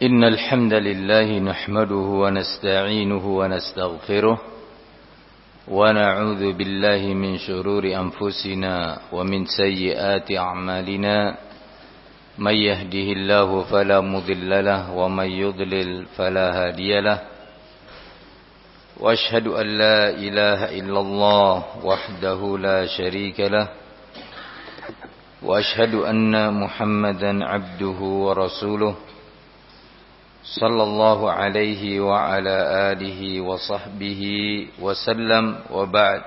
إن الحمد لله نحمده ونستعينه ونستغفره ونعوذ بالله من شرور أنفسنا ومن سيئات أعمالنا من يهده الله فلا مضل له ومن يضلل فلا هادي له وأشهد أن لا إله إلا الله وحده لا شريك له وأشهد أن محمدا عبده ورسوله صلى الله عليه وعلى آله وصحبه وسلم وبعد.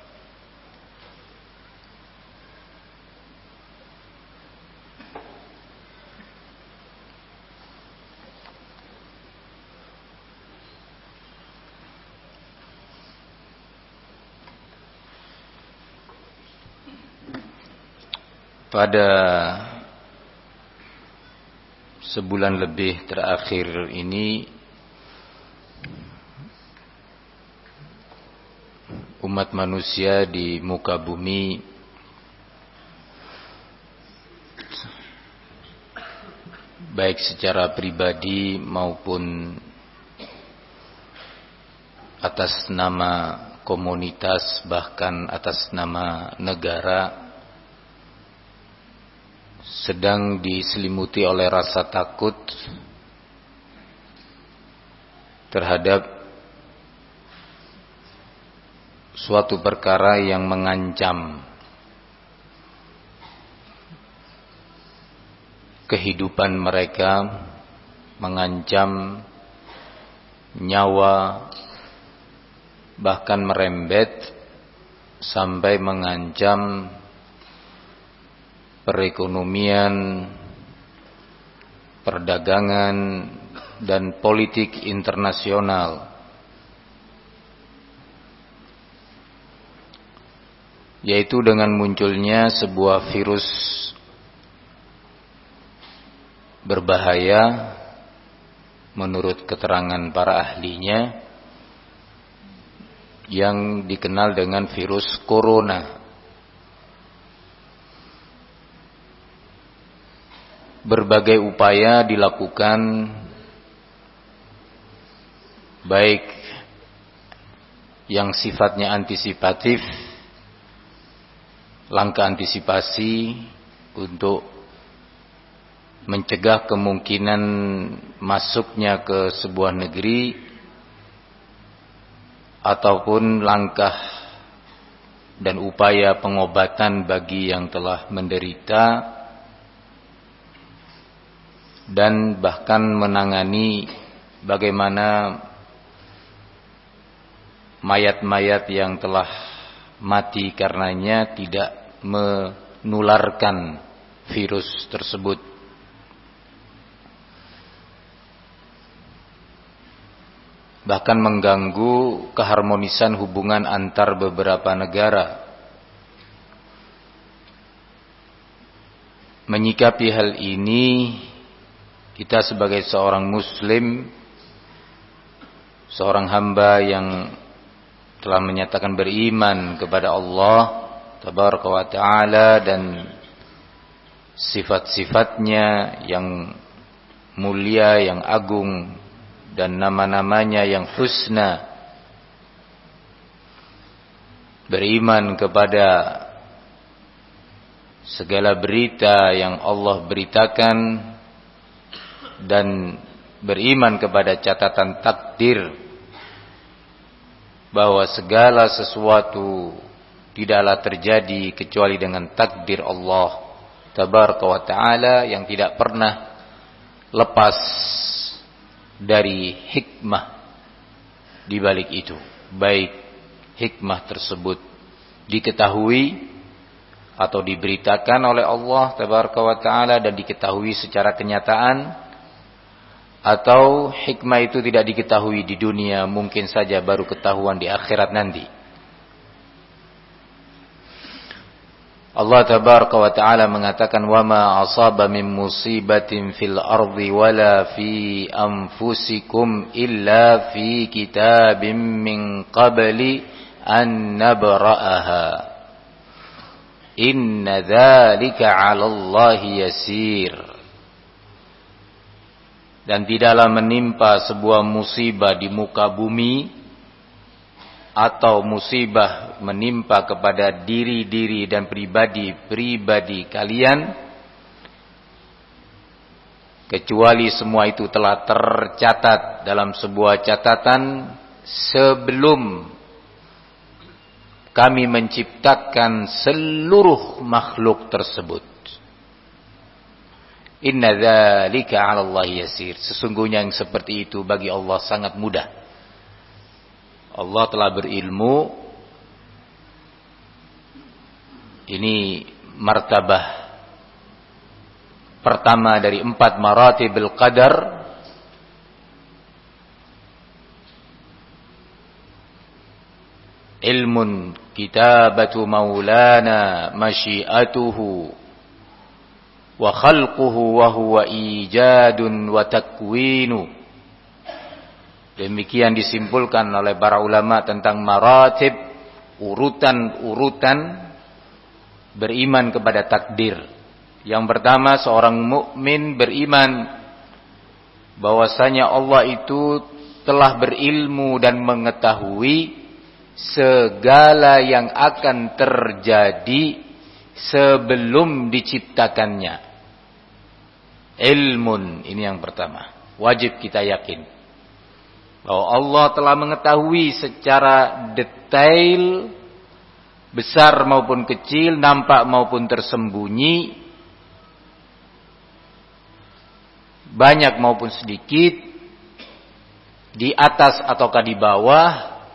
Pada sebulan lebih terakhir ini umat manusia di muka bumi baik secara pribadi maupun atas nama komunitas bahkan atas nama negara sedang diselimuti oleh rasa takut terhadap suatu perkara yang mengancam kehidupan mereka, mengancam nyawa, bahkan merembet sampai mengancam perekonomian, perdagangan, dan politik internasional, yaitu dengan munculnya sebuah virus berbahaya menurut keterangan para ahlinya yang dikenal dengan virus corona. Berbagai upaya dilakukan baik yang sifatnya antisipatif, langkah antisipasi untuk mencegah kemungkinan masuknya ke sebuah negeri, ataupun langkah dan upaya pengobatan bagi yang telah menderita, dan bahkan menangani bagaimana mayat-mayat yang telah mati karenanya tidak menularkan virus tersebut. Bahkan mengganggu keharmonisan hubungan antar beberapa negara. Menyikapi hal ini, kita sebagai seorang muslim, seorang hamba yang telah menyatakan beriman kepada Allah Tabaraka wa Ta'ala dan sifat-sifatnya yang mulia, yang agung, dan nama-namanya yang husna, beriman kepada segala berita yang Allah beritakan, dan beriman kepada catatan takdir bahwa segala sesuatu tidaklah terjadi kecuali dengan takdir Allah Tabaraka wa Ta'ala yang tidak pernah lepas dari hikmah di balik itu, baik hikmah tersebut diketahui atau diberitakan oleh Allah Tabaraka wa Ta'ala dan diketahui secara kenyataan, atau hikmah itu tidak diketahui di dunia, mungkin saja baru ketahuan di akhirat nanti. Allah Tabaraka wa Ta'ala mengatakan, wa ma asaba min musibatin fil ardi wala fi anfusikum illa fi kitabim min qabli an nabra'aha inna dzalika 'ala Allahi yasir. dan tidaklah menimpa sebuah musibah di muka bumi atau musibah menimpa kepada diri-diri dan pribadi-pribadi kalian kecuali semua itu telah tercatat dalam sebuah catatan sebelum kami menciptakan seluruh makhluk tersebut. Inna dzalika 'ala Allah yasir. Sesungguhnya yang seperti itu bagi Allah sangat mudah. Allah telah berilmu. Ini martabah pertama dari 4 maratibul qadar. Ilmun kitabatu maulana masyiatuhu wa khalquhu wa huwa ijadun wa takwinu. Demikian disimpulkan oleh para ulama tentang maratib, urutan-urutan beriman kepada takdir. Yang pertama, seorang mukmin beriman bahwasanya Allah itu telah berilmu dan mengetahui segala yang akan terjadi sebelum diciptakannya. Ilmun, ini yang pertama. Wajib kita yakin bahwa Allah telah mengetahui secara detail, besar maupun kecil, nampak maupun tersembunyi, banyak maupun sedikit, di atas ataukah di bawah.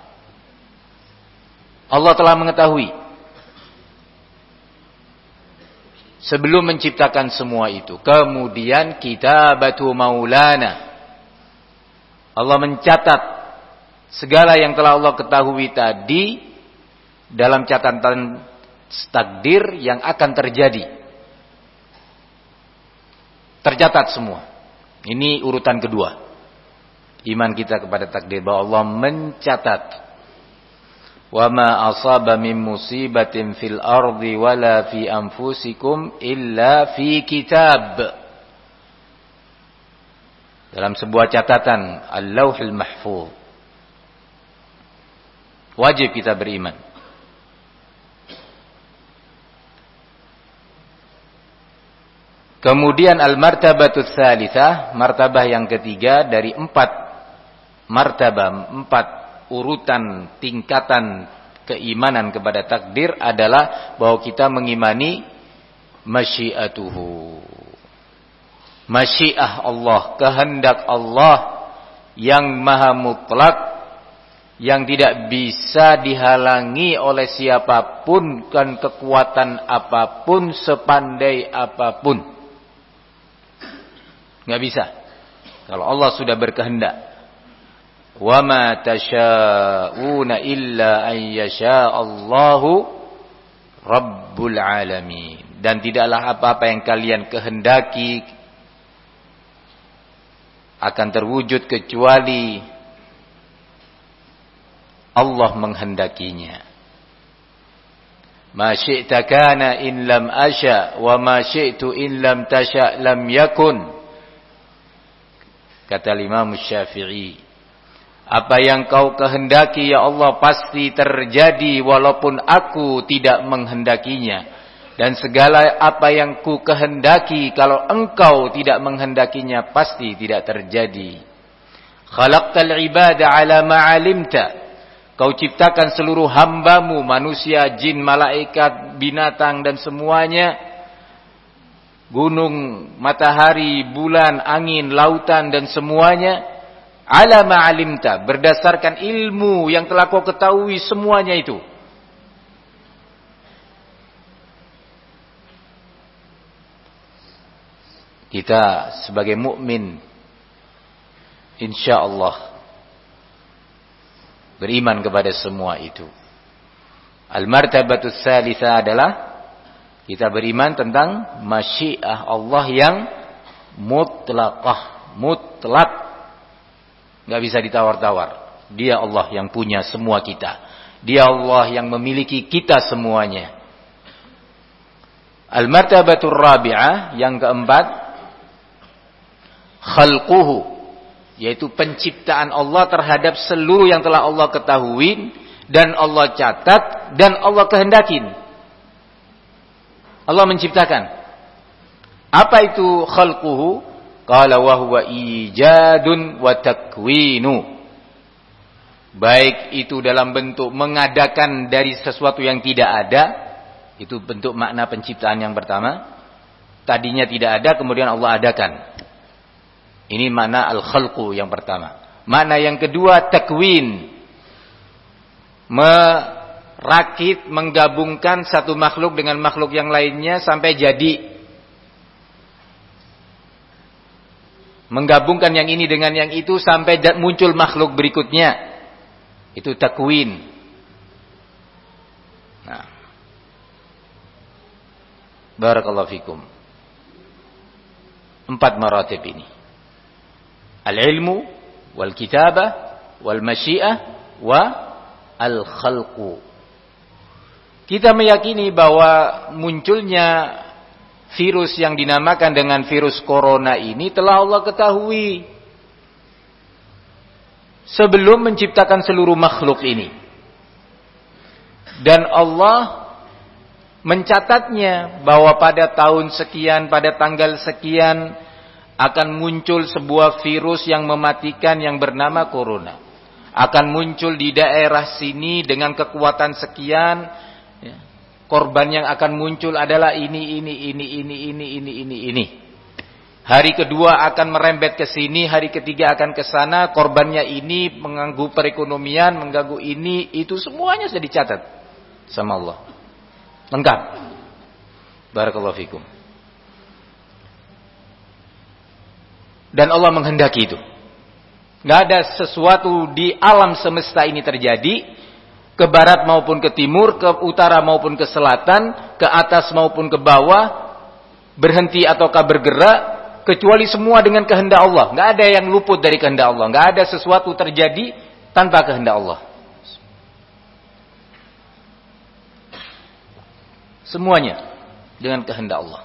Allah telah mengetahui sebelum menciptakan semua itu. Kemudian kitabatu maulana, Allah mencatat segala yang telah Allah ketahui tadi dalam catatan takdir yang akan terjadi. Tercatat semua. Ini urutan kedua. Iman kita kepada takdir, bahwa Allah mencatat. Wa ma asaba min musibatin fil ardi wala fi anfusikum illa fi kitab. Dalam sebuah catatan Al-Lauhul Mahfuz. Wajib kita beriman. Kemudian al-martabatus tsalitsah, martabah yang ketiga dari 4 martabah, 4 urutan tingkatan keimanan kepada takdir adalah bahwa kita mengimani masyiatuhu. Masyiah Allah, kehendak Allah yang maha mutlak, yang tidak bisa dihalangi oleh siapapun dan kekuatan apapun, sepandai apapun. Nggak bisa. Kalau Allah sudah berkehendak. Wa ma tasyauna illa an yasha'allahu rabbul alamin. Dan tidaklah apa-apa yang kalian kehendaki akan terwujud kecuali Allah menghendakinya. Ma syi'ta kana in lam asya wa ma syi'tu in lam tasya lam yakun. Kata Imam Syafi'i, apa yang kau kehendaki ya Allah pasti terjadi walaupun aku tidak menghendakinya. Dan segala apa yang ku kehendaki kalau engkau tidak menghendakinya pasti tidak terjadi. Khalaqtal ibada ala ma'alimta. Kau ciptakan seluruh hambamu, manusia, jin, malaikat, binatang dan semuanya. Gunung, matahari, bulan, angin, lautan dan semuanya. Ala ma'alimta, berdasarkan ilmu yang telah kau ketahui semuanya itu. Kita sebagai mukmin insyaallah beriman kepada semua itu. Al-martabatus tsalitsah adalah kita beriman tentang masyiah Allah yang mutlaqah, mutlak. Nggak bisa ditawar-tawar. Dia Allah yang punya semua kita. Dia Allah yang memiliki kita semuanya. Al-martabatur rabi'ah, yang keempat, khalquhu, yaitu penciptaan Allah terhadap seluruh yang telah Allah ketahui dan Allah catat dan Allah kehendakin. Allah menciptakan. Apa itu khalquhu? Qala wa huwa ijadun wa takwinu. Baik itu dalam bentuk mengadakan dari sesuatu yang tidak ada, itu bentuk makna penciptaan yang pertama. Tadinya tidak ada, kemudian Allah adakan. Ini makna al-khalqu yang pertama. Makna yang kedua, takwin. Merakit, menggabungkan satu makhluk dengan makhluk yang lainnya sampai jadi. Menggabungkan yang ini dengan yang itu sampai muncul makhluk berikutnya. Itu takwin. Nah. Barakallahu fikum. 4 maratib ini. Al-ilmu, wal-kitabah, wal-masyiah, wa al-khalqu. Kita meyakini bahwa munculnya virus yang dinamakan dengan virus corona ini telah Allah ketahui sebelum menciptakan seluruh makhluk ini. Dan Allah mencatatnya bahwa pada tahun sekian, pada tanggal sekian akan muncul sebuah virus yang mematikan yang bernama corona. Akan muncul di daerah sini dengan kekuatan sekian. Korban yang akan muncul adalah ini. Hari kedua akan merembet ke sini, hari ketiga akan ke sana, korbannya ini mengganggu perekonomian, mengganggu ini, itu semuanya sudah dicatat sama Allah. Lengkap. Barakallahu fikum. Dan Allah menghendaki itu. Enggak ada sesuatu di alam semesta ini terjadi, ke barat maupun ke timur, ke utara maupun ke selatan, ke atas maupun ke bawah, berhenti ataukah bergerak, kecuali semua dengan kehendak Allah. Enggak ada yang luput dari kehendak Allah. Enggak ada sesuatu terjadi tanpa kehendak Allah. Semuanya dengan kehendak Allah.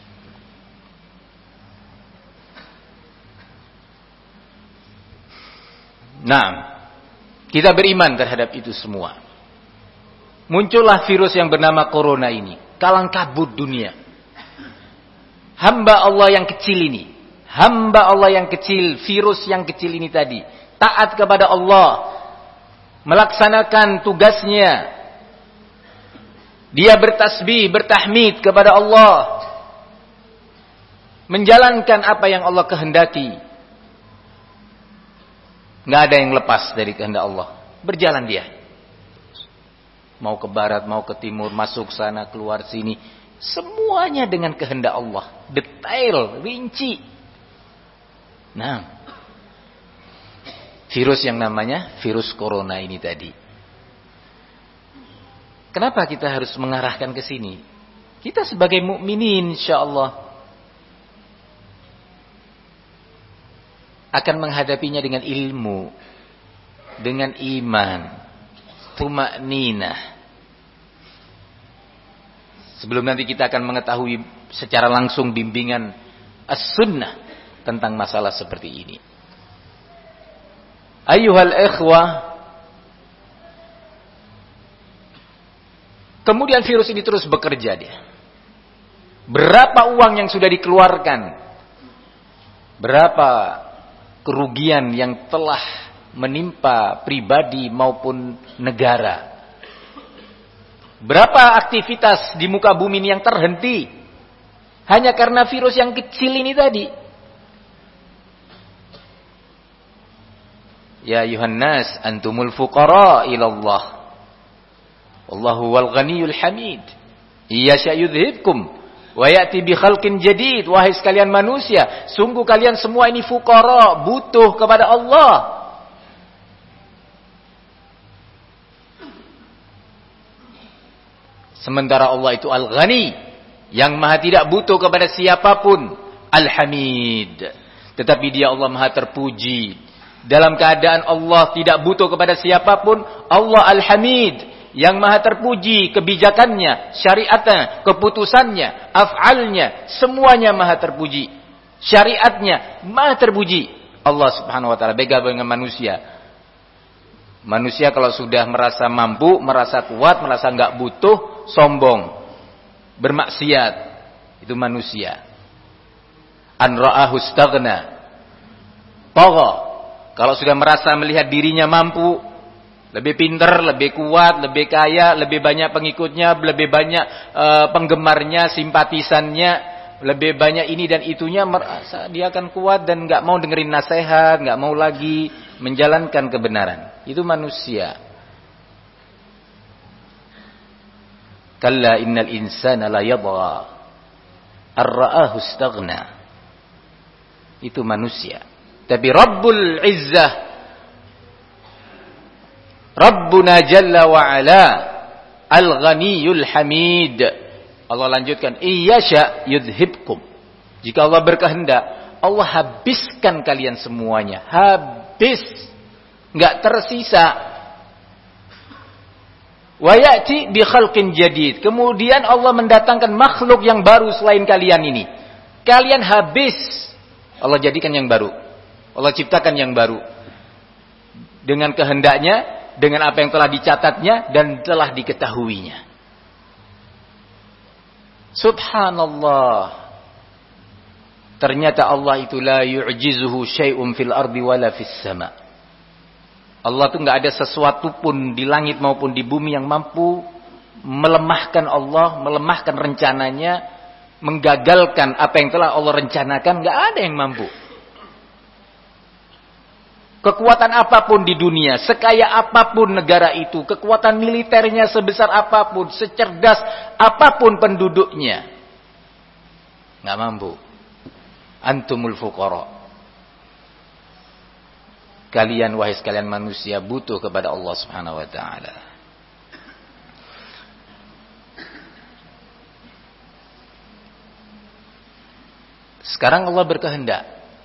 Nah, kita beriman terhadap itu semua. Muncullah virus yang bernama corona ini. Kalang kabut dunia. Hamba Allah yang kecil ini. Hamba Allah yang kecil. Virus yang kecil ini tadi. Taat kepada Allah. Melaksanakan tugasnya. Dia bertasbih, bertahmid kepada Allah. Menjalankan apa yang Allah kehendaki. Nggak ada yang lepas dari kehendak Allah. Berjalan dia. Mau ke barat, mau ke timur, masuk sana, keluar sini. Semuanya dengan kehendak Allah. Detail, rinci. Nah. Virus yang namanya virus corona ini tadi. Kenapa kita harus mengarahkan ke sini? Kita sebagai mukminin insyaallah akan menghadapinya dengan ilmu, dengan iman, tumakninah. Sebelum nanti kita akan mengetahui secara langsung bimbingan as-sunnah tentang masalah seperti ini. Ayyuhal ikhwah, kemudian virus ini terus bekerja dia. Berapa uang yang sudah dikeluarkan? Berapa kerugian yang telah menimpa pribadi maupun negara? Berapa aktivitas di muka bumi ini yang terhenti hanya karena virus yang kecil ini tadi? Ya ayuhan nas antumul fuqara ilallah wallahu wal ghaniyul hamid iyasya yudhibkum wa ya'ti bi khalqin jadid. Wahai sekalian manusia, sungguh kalian semua ini fuqara, butuh kepada Allah. Sementara Allah itu Al-Ghani, yang maha tidak butuh kepada siapapun, Al-Hamid. Tetapi dia Allah maha terpuji. Dalam keadaan Allah tidak butuh kepada siapapun, Allah Al-Hamid, yang maha terpuji, kebijakannya, syariatnya, keputusannya, af'alnya, semuanya maha terpuji. syariatnya. Maha terpuji Allah Subhanahu wa taala beda dengan manusia. Manusia kalau sudah merasa mampu, merasa kuat, merasa enggak butuh, sombong, bermaksiat. Itu manusia. An ra'ahu istaghna. Tagha. Kalau sudah merasa melihat dirinya mampu, lebih pintar, lebih kuat, lebih kaya, lebih banyak pengikutnya, lebih banyak penggemarnya, simpatisannya, lebih banyak ini dan itunya, merasa dia akan kuat dan enggak mau dengerin nasihat, enggak mau lagi menjalankan kebenaran. Itu manusia. Kalla innal insana la yadgha ar-ra'ahu istaghna. Itu manusia. Tapi Rabbul Izzah, Rabbuna Jalla wa Ala, Al-Ghaniyul Hamid. Allah lanjutkan, Iyasha yudhibkum. Jika Allah berkehendak, Allah habiskan kalian semuanya. Habis. Enggak tersisa. Wa ya'ti bi khalqin jadid. Kemudian Allah mendatangkan makhluk yang baru selain kalian ini. Kalian habis. Allah jadikan yang baru. Allah ciptakan yang baru. Dengan kehendaknya, dengan apa yang telah dicatatnya dan telah diketahuinya. Subhanallah. Ternyata Allah itu la yu'jizuhu syai'un fil ardi wala fis sama. Allah itu enggak ada sesuatu pun di langit maupun di bumi yang mampu melemahkan Allah, melemahkan rencananya, menggagalkan apa yang telah Allah rencanakan. Enggak ada yang mampu. Kekuatan apapun di dunia, sekaya apapun negara itu, kekuatan militernya sebesar apapun, secerdas apapun penduduknya, nggak mampu. Antumul fuqara. Kalian wahai sekalian manusia butuh kepada Allah Subhanahu wa taala. Sekarang Allah berkehendak.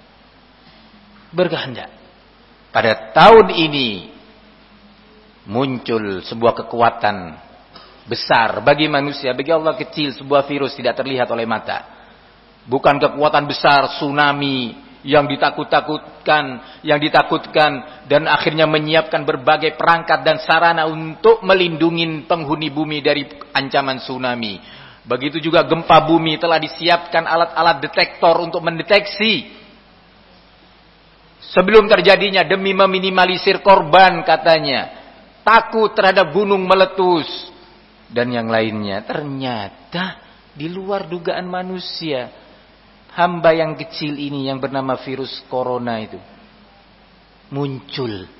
Pada tahun ini muncul sebuah kekuatan besar bagi manusia, bagi Allah kecil, sebuah virus tidak terlihat oleh mata. Bukan kekuatan besar tsunami yang ditakutkan dan akhirnya menyiapkan berbagai perangkat dan sarana untuk melindungi penghuni bumi dari ancaman tsunami. Begitu juga gempa bumi telah disiapkan alat-alat detektor untuk mendeteksi sebelum terjadinya demi meminimalisir korban katanya. Takut terhadap gunung meletus dan yang lainnya. Ternyata di luar dugaan manusia. Hamba yang kecil ini yang bernama virus corona itu muncul.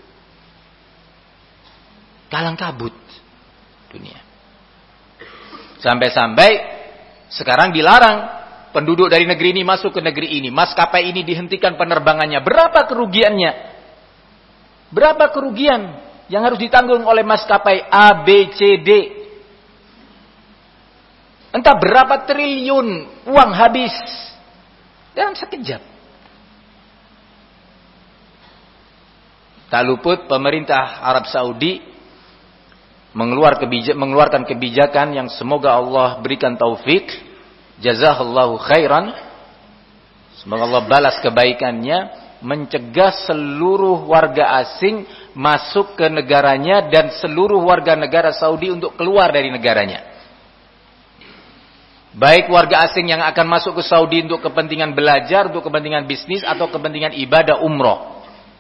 Kalang kabut dunia. Sampai-sampai sekarang dilarang penduduk dari negeri ini masuk ke negeri ini. Maskapai ini dihentikan penerbangannya. Berapa kerugiannya? Berapa kerugian yang harus ditanggung oleh maskapai A, B, C, D? Entah berapa triliun uang habis dalam sekejap. Tak luput pemerintah Arab Saudi mengeluarkan kebijakan yang semoga Allah berikan taufik. Jazakallahu khairan. Semoga Allah balas kebaikannya, mencegah seluruh warga asing masuk ke negaranya dan seluruh warga negara Saudi untuk keluar dari negaranya. Baik warga asing yang akan masuk ke Saudi untuk kepentingan belajar, untuk kepentingan bisnis atau kepentingan ibadah umroh.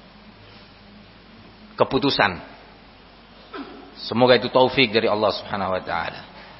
Keputusan. Semoga itu taufik dari Allah Subhanahu wa taala.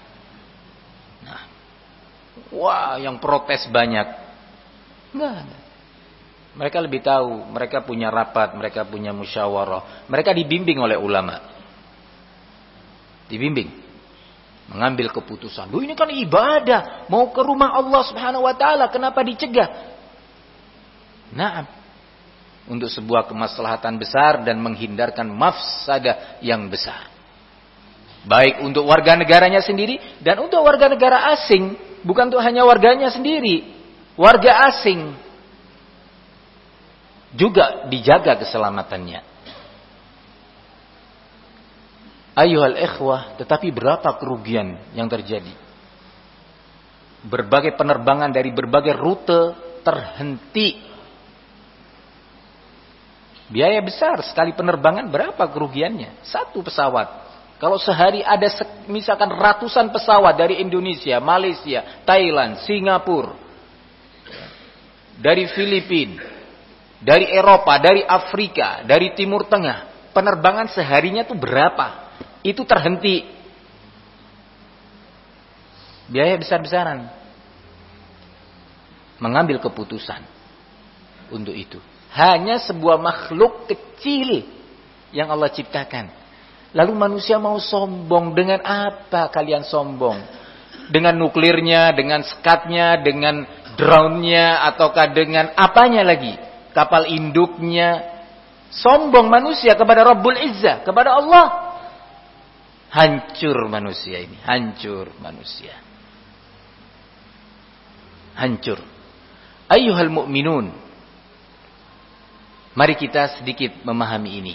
Wah, yang protes banyak. Enggak. Mereka lebih tahu, mereka punya rapat, mereka punya musyawarah. Mereka dibimbing oleh ulama. Dibimbing. Mengambil keputusan. Loh, ini kan ibadah. Mau ke rumah Allah Subhanahu wa taala, kenapa dicegah? Naam. Untuk sebuah kemaslahatan besar dan menghindarkan mafsadah yang besar. Baik untuk warga negaranya sendiri dan untuk warga negara asing. Bukan untuk hanya warganya sendiri. Warga asing juga dijaga keselamatannya. Ayyuhal ikhwah, tetapi berapa kerugian yang terjadi? Berbagai penerbangan dari berbagai rute terhenti. Biaya besar sekali penerbangan, berapa kerugiannya? Satu pesawat. Kalau sehari ada misalkan ratusan pesawat dari Indonesia, Malaysia, Thailand, Singapura, dari Filipina, dari Eropa, dari Afrika, dari Timur Tengah, penerbangan seharinya tuh berapa? Itu terhenti. Biaya besar-besaran. Mengambil keputusan untuk itu. Hanya sebuah makhluk kecil yang Allah ciptakan. Lalu manusia mau sombong. Dengan apa kalian sombong? Dengan nuklirnya, dengan skatnya, dengan drone-nya, ataukah dengan apanya lagi? Kapal induknya. Sombong manusia kepada Rabbul Izzah, kepada Allah. Hancur manusia ini. Hancur manusia. Hancur. Ayyuhal mu'minun. Mari kita sedikit memahami ini.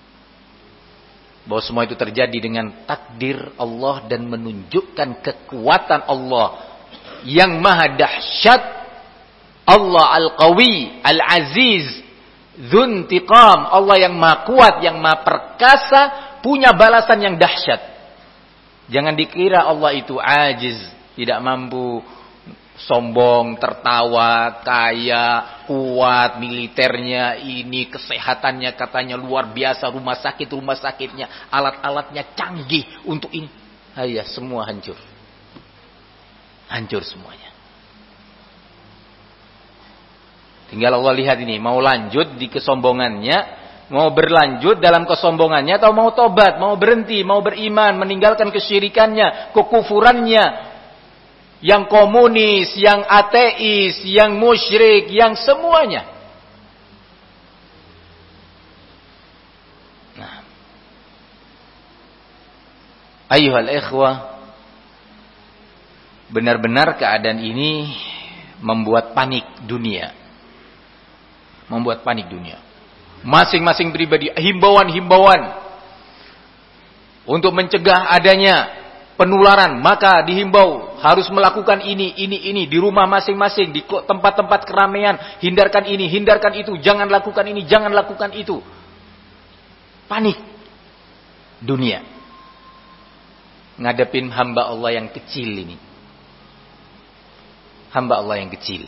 Bahwa semua itu terjadi dengan takdir Allah dan menunjukkan kekuatan Allah yang maha dahsyat. Allah Al-Qawi, Al-Aziz, Dzuntiqam. Allah yang maha kuat, yang maha perkasa, punya balasan yang dahsyat. Jangan dikira Allah itu ajiz, tidak mampu, sombong, tertawa, kaya, kuat, militernya ini, kesehatannya katanya luar biasa, rumah sakitnya, alat-alatnya canggih untuk ini. Ayah, semua hancur. Hancur semuanya. Tinggal Allah lihat ini, mau lanjut di kesombongannya, mau berlanjut dalam kesombongannya, atau mau tobat, mau berhenti, mau beriman, meninggalkan kesyirikannya, kekufurannya, yang komunis, yang ateis, yang musyrik, yang semuanya. Nah, ayyuhal ikhwah, benar-benar keadaan ini membuat panik dunia. Membuat panik dunia. Masing-masing pribadi, himbauan-himbauan untuk mencegah adanya penularan, maka dihimbau harus melakukan ini di rumah masing-masing, di tempat-tempat keramaian, hindarkan ini, hindarkan itu, jangan lakukan ini, jangan lakukan itu. Panik dunia ngadepin hamba Allah yang kecil ini. Hamba Allah yang kecil.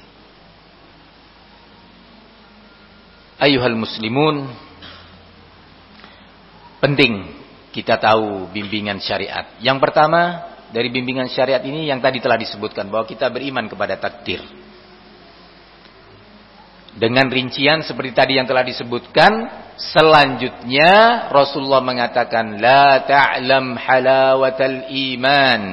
Ayyuhal muslimun, penting kita tahu bimbingan syariat. Yang pertama dari bimbingan syariat ini yang tadi telah disebutkan, bahwa kita beriman kepada takdir. Dengan rincian seperti tadi yang telah disebutkan, selanjutnya Rasulullah mengatakan, la ta'lam halawatal iman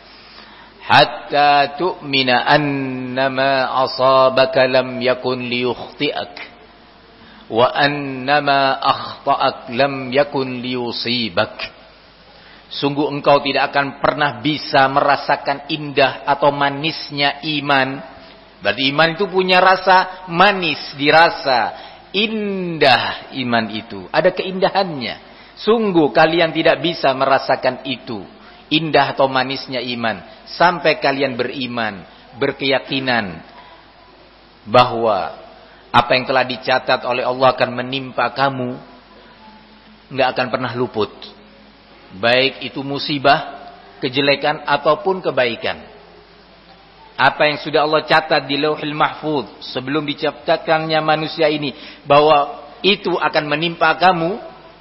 hatta tu'mina annama asabaka lam yakun liyukhti'ak wa annama akhta'ak lam yakun liyusibak. Sungguh engkau tidak akan pernah bisa merasakan indah atau manisnya iman. Berarti iman itu punya rasa manis, dirasa indah. Iman itu ada keindahannya. Sungguh kalian tidak bisa merasakan itu, indah atau manisnya iman, sampai kalian beriman, berkeyakinan bahwa apa yang telah dicatat oleh Allah akan menimpa kamu, nggak akan pernah luput. Baik itu musibah, kejelekan ataupun kebaikan. Apa yang sudah Allah catat di Lauhul Mahfuz sebelum diciptakannya manusia ini, bahwa itu akan menimpa kamu,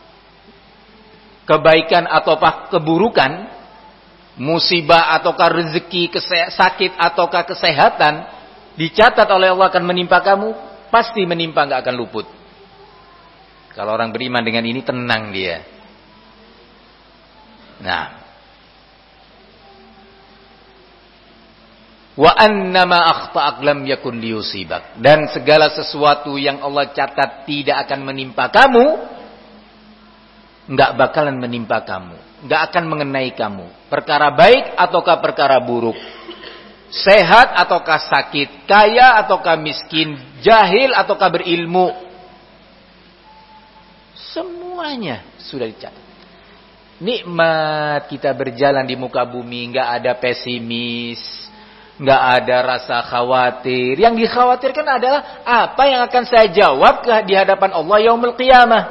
kebaikan ataukah keburukan, musibah ataukah rezeki, sakit ataukah kesehatan, dicatat oleh Allah akan menimpa kamu. Pasti menimpa, nggak akan luput. Kalau orang beriman dengan ini, tenang dia. Nah, wa annama akhta'ak lam yakun liyusibak, dan segala sesuatu yang Allah catat tidak akan menimpa kamu, nggak bakalan menimpa kamu, nggak akan mengenai kamu. Perkara baik ataukah perkara buruk, sehat ataukah sakit, kaya ataukah miskin, jahil ataukah berilmu, semuanya sudah dicatat. Nikmat kita berjalan di muka bumi, nggak ada pesimis, Nggak ada rasa khawatir. Yang dikhawatirkan adalah apa yang akan saya jawab di hadapan Allah yaumul qiyamah.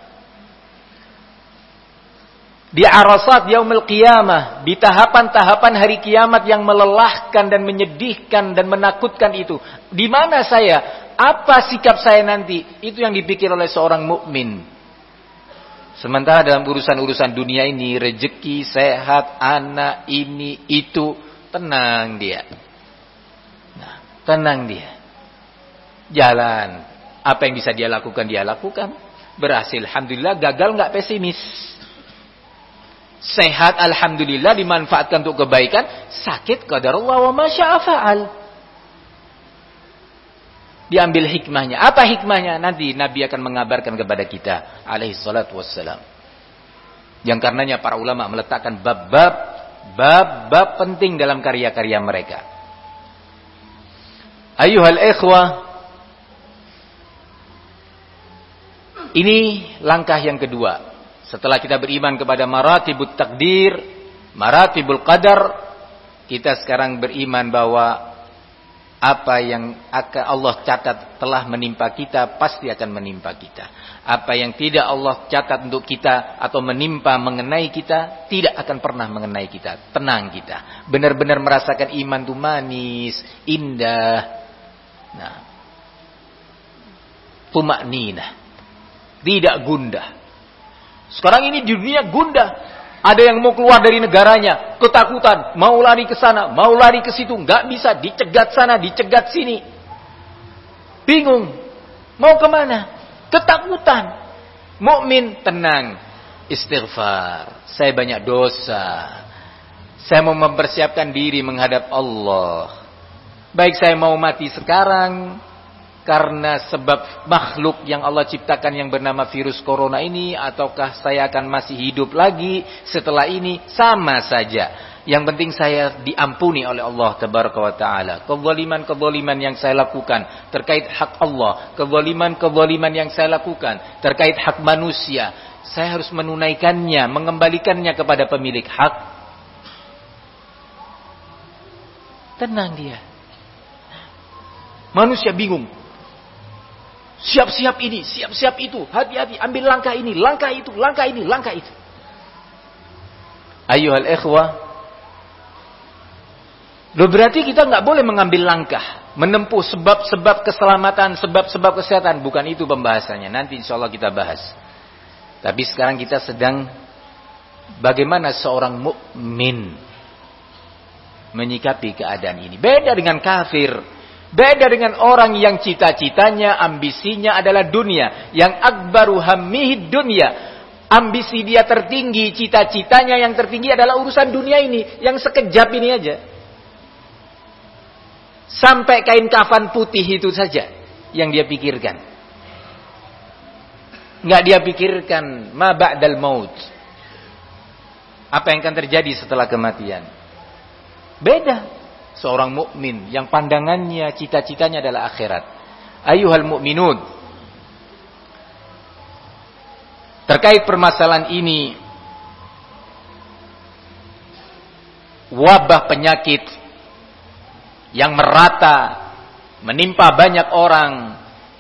Di arasat yaumul qiyamah, di tahapan-tahapan hari kiamat yang melelahkan dan menyedihkan dan menakutkan itu. Di mana saya? Apa sikap saya nanti? Itu yang dipikir oleh seorang mukmin. Sementara dalam urusan-urusan dunia ini, rezeki, sehat, anak, ini, itu, tenang dia. Nah, tenang dia. Jalan. Apa yang bisa dia lakukan, dia lakukan. Berhasil, alhamdulillah. Gagal, nggak pesimis. Sehat, alhamdulillah, dimanfaatkan untuk kebaikan. Sakit, qadarullah wa ma syaa fa'al. Diambil hikmahnya. Apa hikmahnya? Nanti Nabi akan mengabarkan kepada kita, alaihi salatu wassalam. Yang karenanya para ulama meletakkan bab-bab penting dalam karya-karya mereka. Ayuhal ikhwah, ini langkah yang kedua. Setelah kita beriman kepada maratibut takdir, maratibul qadar, kita sekarang beriman bahwa apa yang akan Allah catat telah menimpa kita, pasti akan menimpa kita. Apa yang tidak Allah catat untuk kita atau menimpa mengenai kita, tidak akan pernah mengenai kita. Tenang kita. Benar-benar merasakan iman itu manis, indah. Nah, tumakninah. Tidak gundah. Sekarang ini di dunia gundah. Ada yang mau keluar dari negaranya, ketakutan, mau lari ke sana, mau lari ke situ, nggak bisa, dicegat sana, dicegat sini. Bingung, mau kemana? Ketakutan. Mukmin tenang, istighfar. Saya banyak dosa. Saya mau mempersiapkan diri menghadap Allah. Baik saya mau mati sekarang karena sebab makhluk yang Allah ciptakan yang bernama virus corona ini, ataukah saya akan masih hidup lagi setelah ini, sama saja. Yang penting saya diampuni oleh Allah tabaraka wa taala. Kezaliman yang saya lakukan terkait hak Allah, kezaliman yang saya lakukan terkait hak manusia, saya harus menunaikannya, mengembalikannya kepada pemilik hak. Tenang dia. Manusia bingung. Siap-siap ini, siap-siap itu, hati-hati, ambil langkah ini, langkah itu, langkah ini, langkah itu. Ayyuhal ikhwah, loh berarti kita nggak boleh mengambil langkah, menempuh sebab-sebab keselamatan, sebab-sebab kesehatan. Bukan itu pembahasannya, nanti insya Allah kita bahas. Tapi sekarang kita sedang bagaimana seorang mukmin menyikapi keadaan ini. Beda dengan kafir. Beda dengan orang yang cita-citanya, ambisinya adalah dunia. Yang akbaru hammihid dunia. Ambisi dia tertinggi, cita-citanya yang tertinggi adalah urusan dunia ini. Yang sekejap ini aja. Sampai kain kafan putih itu saja yang dia pikirkan. Nggak dia pikirkan ma ba'dal maut. Apa yang akan terjadi setelah kematian. Beda. Seorang mukmin yang pandangannya, cita-citanya adalah akhirat. Ayyuhal mu'minun. Terkait permasalahan ini, wabah penyakit yang merata menimpa banyak orang,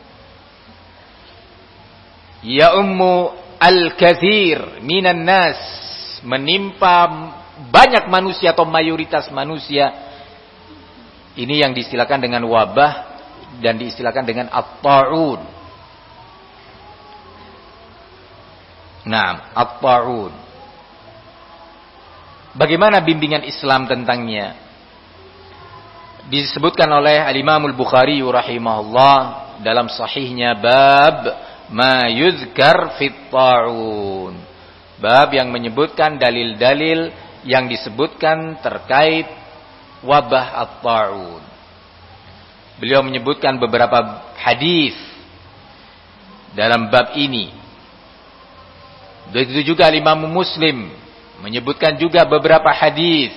ya ummu al-kathir minan nas, menimpa banyak manusia atau mayoritas manusia. Ini yang diistilahkan dengan wabah dan diistilahkan dengan at-ta'un. Nah, at-ta'un. Bagaimana bimbingan Islam tentangnya? Disebutkan oleh Al-Imam Al-Bukhari rahimahullah dalam sahihnya bab ma yuzkar fit ta'un. Bab yang menyebutkan dalil-dalil yang disebutkan terkait wabah at-ta'un. Beliau menyebutkan beberapa hadis dalam bab ini. Begitu juga Imam Muslim menyebutkan juga beberapa hadis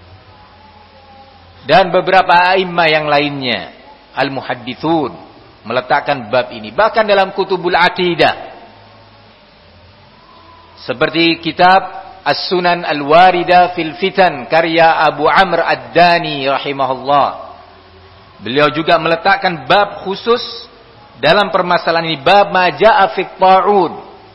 dan beberapa a'immah yang lainnya, al-muhaddithun, meletakkan bab ini bahkan dalam kutubul aqidah seperti kitab As-Sunan Al-Warida fil Fitan karya Abu Amr Ad-Dani rahimahullah. Beliau juga meletakkan bab khusus dalam permasalahan ini, bab ma jaa'a fit ta'un.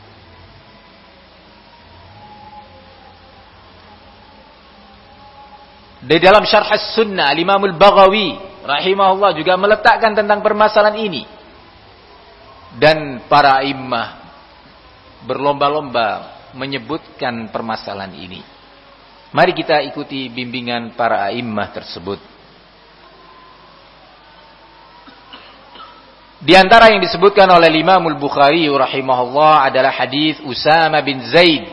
Di dalam Syarh As-Sunnah Al-Imam Al-Baghawi rahimahullah juga meletakkan tentang permasalahan ini. Dan para imam berlomba-lomba menyebutkan permasalahan ini. Mari kita ikuti bimbingan para a'immah tersebut. Di antara yang disebutkan oleh Imam Al-Bukhari rahimahullah adalah hadis Usama bin Zaid,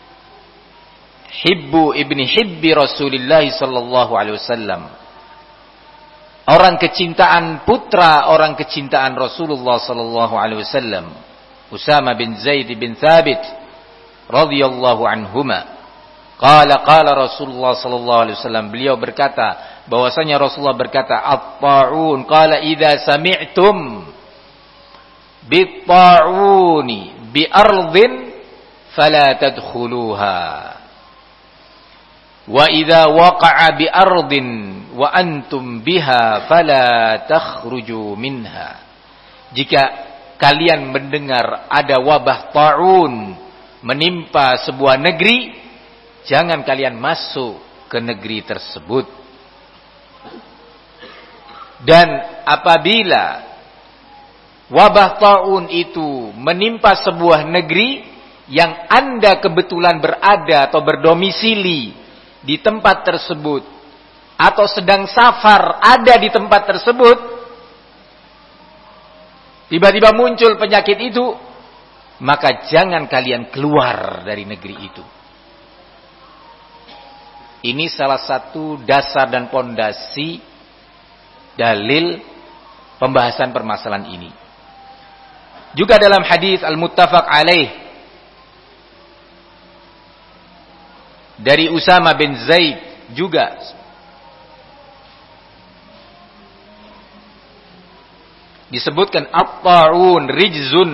ibni hibbi Rasulullah sallallahu alaihi wasallam. Orang kecintaan putra, orang kecintaan Rasulullah sallallahu alaihi wasallam. Usama bin Zaid bin Thabit radhiyallahu anhuma. Qala Rasulullah sallallahu alaihi wasallam, beliau berkata bahwasanya Rasulullah berkata at-ta'un, qala idza sami'tum bit-ta'uni bi ardhin fala tadkhuluha wa idza waqa'a bi ardhin wa antum biha fala takhruju minha. Jika kalian mendengar ada wabah ta'un menimpa sebuah negeri, jangan kalian masuk ke negeri tersebut. Dan apabila wabah taun itu menimpa sebuah negeri yang Anda kebetulan berada atau berdomisili di tempat tersebut, atau sedang safar ada di tempat tersebut, tiba-tiba muncul penyakit itu, maka jangan kalian keluar dari negeri itu. Ini salah satu dasar dan pondasi dalil pembahasan permasalahan ini. Juga dalam hadis al-muttafaq alaih dari Usama bin Zaid juga disebutkan at-ta'un rijzun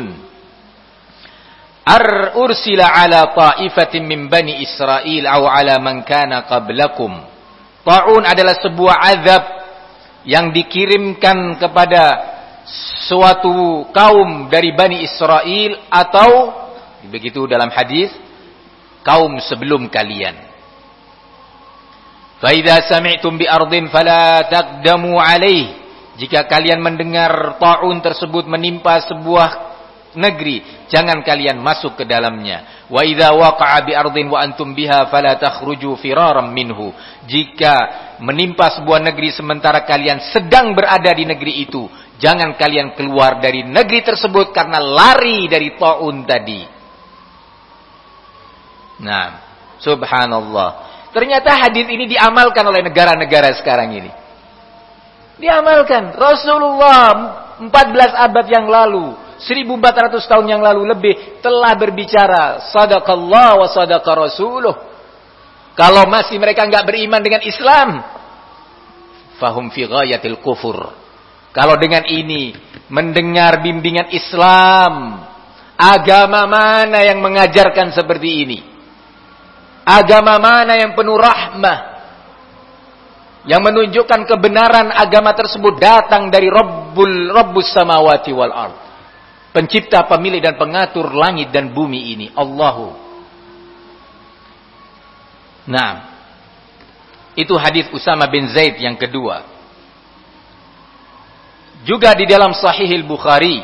ursila ala ta'ifatin min bani Israel atau ala man kana qablakum. Ta'un adalah sebuah azab yang dikirimkan kepada suatu kaum dari Bani Israel, atau begitu dalam hadis kaum sebelum kalian. Fa idza sami'tum bi ardin fala taqdamu alaih. Jika kalian mendengar ta'un tersebut menimpa sebuah negeri, jangan kalian masuk ke dalamnya. Wa idza waqa'a bi ardin wa antum biha fala takhruju firaran minhu. Jika menimpa sebuah negeri sementara kalian sedang berada di negeri itu, jangan kalian keluar dari negeri tersebut karena lari dari ta'un tadi. Nah, subhanallah. Ternyata hadis ini diamalkan oleh negara-negara sekarang ini. Diamalkan. Rasulullah 14 abad yang lalu, 1400 tahun yang lalu lebih, telah berbicara sadaqallah wa sadaqa rasuluh. Kalau masih mereka enggak beriman dengan Islam, fahum fi ghayatil kufur. Kalau dengan ini mendengar bimbingan Islam, agama mana yang mengajarkan seperti ini? Agama mana yang penuh rahmah, yang menunjukkan kebenaran agama tersebut datang dari Rabbus samawati wal ard, pencipta, pemilik dan pengatur langit dan bumi ini, Allahu. Nah, itu hadis Usama bin Zaid yang kedua. Juga di dalam Sahih Al-Bukhari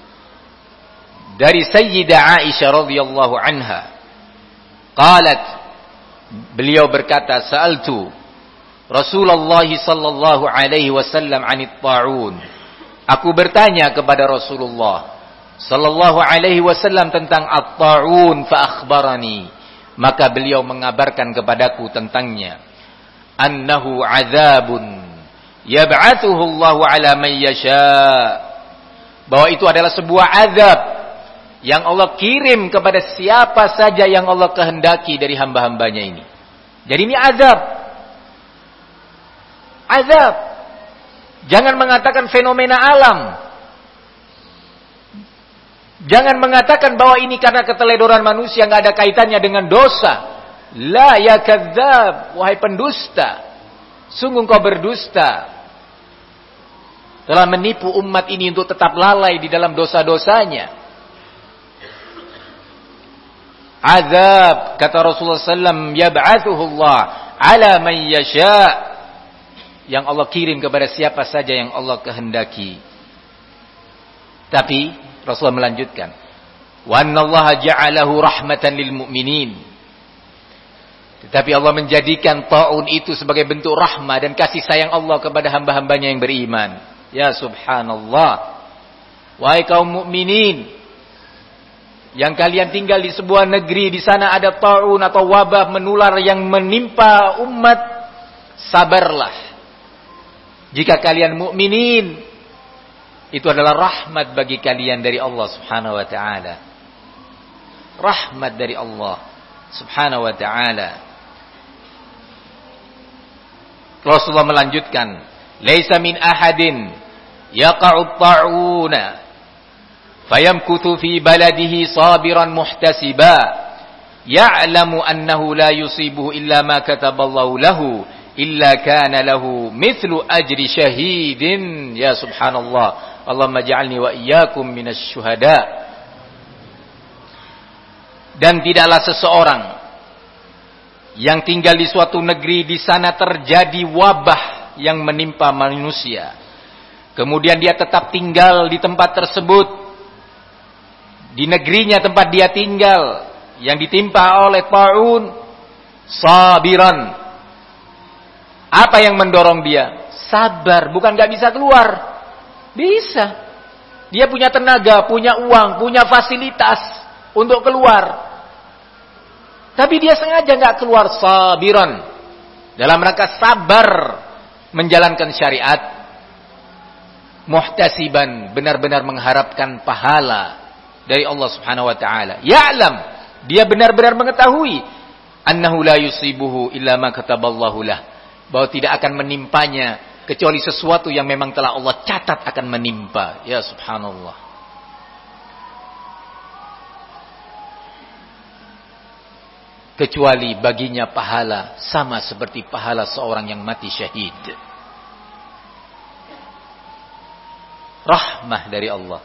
dari Sayyidah Aisyah radhiyallahu anha, qalat, beliau berkata, sa'altu Rasulullah sallallahu alaihi wasallam 'anit ta'un. Aku bertanya kepada Rasulullah sallallahu alaihi wasallam tentang at-ta'un, fa akhbarani. Maka beliau mengabarkan kepadaku tentangnya. Annahu 'adzabun yab'athuhu Allahu 'ala man yasha'. Bahwa itu adalah sebuah azab yang Allah kirim kepada siapa saja yang Allah kehendaki dari hamba-hambanya ini. Jadi ini azab. Azab. Jangan mengatakan fenomena alam. Jangan mengatakan bahwa ini karena keteledoran manusia, nggak ada kaitannya dengan dosa. La ya kadzdzab, wahai pendusta, sungguh kau berdusta. Telah menipu umat ini untuk tetap lalai di dalam dosa-dosanya. Azab, kata Rasulullah SAW, yab'athuhu Allah ala man yasha, yang Allah kirim kepada siapa saja yang Allah kehendaki. Tapi Rasulullah melanjutkan, wa annallaha ja'alahu rahmatan lil mu'minin. Tetapi Allah menjadikan ta'un itu sebagai bentuk rahmah dan kasih sayang Allah kepada hamba-hambanya yang beriman. Ya subhanallah. Wahai kaum mukminin yang kalian tinggal di sebuah negeri, di sana ada ta'un atau wabah menular yang menimpa umat, sabarlah. Jika kalian mukminin, itu adalah rahmat bagi kalian dari Allah Subhanahu wa taala. Rahmat dari Allah Subhanahu wa taala. Rasulullah melanjutkan, "Laisa min ahadin yaqa'u ta'una fayamkuthu fi baladihi sabiran muhtasiba ya'lamu annahu la yusibuhu illa ma kataballahu lahu illa kana lahu mithlu ajri syahidin." Ya subhanallah. Allahumma ja'alni wa iyyakum minasy syuhada. Dan tidaklah seseorang yang tinggal di suatu negeri, di sana terjadi wabah yang menimpa manusia, kemudian dia tetap tinggal di tempat tersebut, di negerinya tempat dia tinggal, yang ditimpa oleh ta'un, sabiran. Apa yang mendorong dia? Sabar, bukan gak bisa keluar. Bisa. Dia punya tenaga, punya uang, punya fasilitas untuk keluar. Tapi dia sengaja gak keluar, sabiran. Dalam rangka sabar menjalankan syariat. Muhtasiban, benar-benar mengharapkan pahala dari Allah Subhanahu wa taala. Ya'lam, dia benar-benar mengetahui annahu la yusibuhu illa ma kataballahu lah, bahwa tidak akan menimpanya kecuali sesuatu yang memang telah Allah catat akan menimpa. Ya subhanallah. Kecuali baginya pahala sama seperti pahala seorang yang mati syahid. Rahmah dari Allah.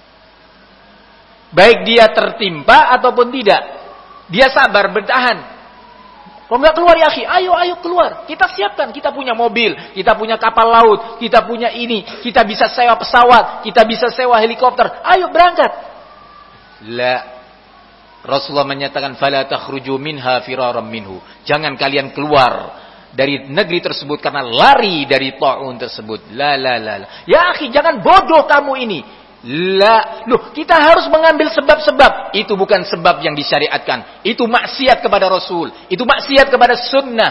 Baik dia tertimpa ataupun tidak, dia sabar bertahan. Kalau nggak keluar ya akhi, ayo keluar. Kita siapkan, kita punya mobil, kita punya kapal laut, kita punya ini, kita bisa sewa pesawat, kita bisa sewa helikopter. Ayo berangkat. La. Rasulullah menyatakan fala takhruju minha firaram minhu. Jangan kalian keluar dari negeri tersebut karena lari dari ta'un tersebut. La. Ya akhi, jangan bodoh kamu ini. La, loh, kita harus mengambil sebab-sebab. Itu bukan sebab yang disyariatkan. Itu maksiat kepada Rasul. Itu maksiat kepada sunnah.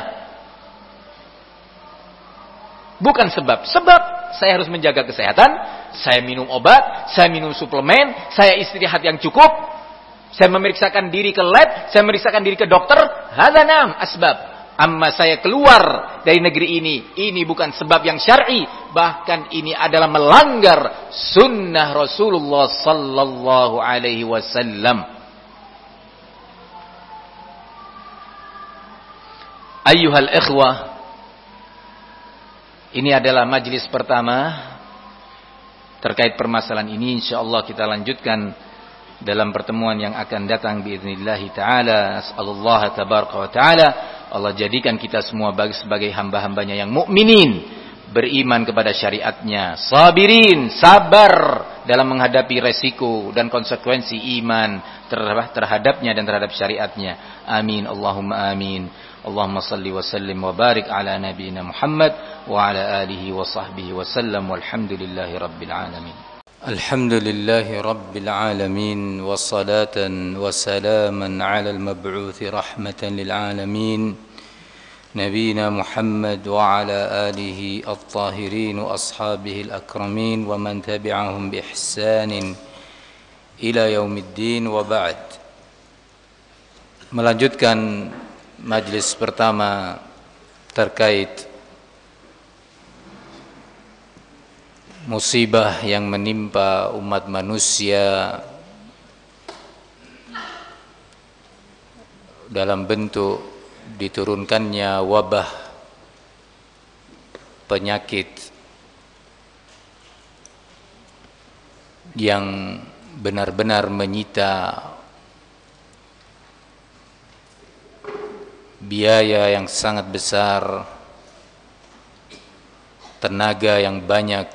Bukan sebab. Sebab saya harus menjaga kesehatan. Saya minum obat. Saya minum suplemen. Saya istirahat yang cukup. Saya memeriksakan diri ke lab. Saya memeriksakan diri ke dokter. Hadza na'am asbab. Amma saya keluar dari negeri ini bukan sebab yang syar'i, bahkan ini adalah melanggar sunnah Rasulullah sallallahu alaihi wasallam. Ayyuhal ikhwah, ini adalah majlis pertama terkait permasalahan ini. Insyaallah kita lanjutkan dalam pertemuan yang akan datang biiznillah taala. As'alullah tabaraka wa taala Allah jadikan kita semua sebagai hamba-hambanya yang mukminin, beriman kepada syariatnya, sabirin, sabar dalam menghadapi resiko dan konsekuensi iman terhadapnya dan terhadap syariatnya. Amin, Allahumma amin. Allahumma salli wa sallim wa barik ala nabiyyina Muhammad wa ala alihi wa sahbihi wa sallam, walhamdulillahi rabbil alamin. Alhamdulillahi rabbil alamin, wassalatan wassalaman ala al-mab'uthi rahmatan lil alamin, nabiyina Muhammad wa ala alihi at-tahirin wa ashabihi al-akramin wa man tabi'ahum bi ihsanin ila yaumiddin wa ba'd. Melanjutkan majlis pertama terkait musibah yang menimpa umat manusia dalam bentuk diturunkannya wabah penyakit yang benar-benar menyita biaya yang sangat besar, tenaga yang banyak,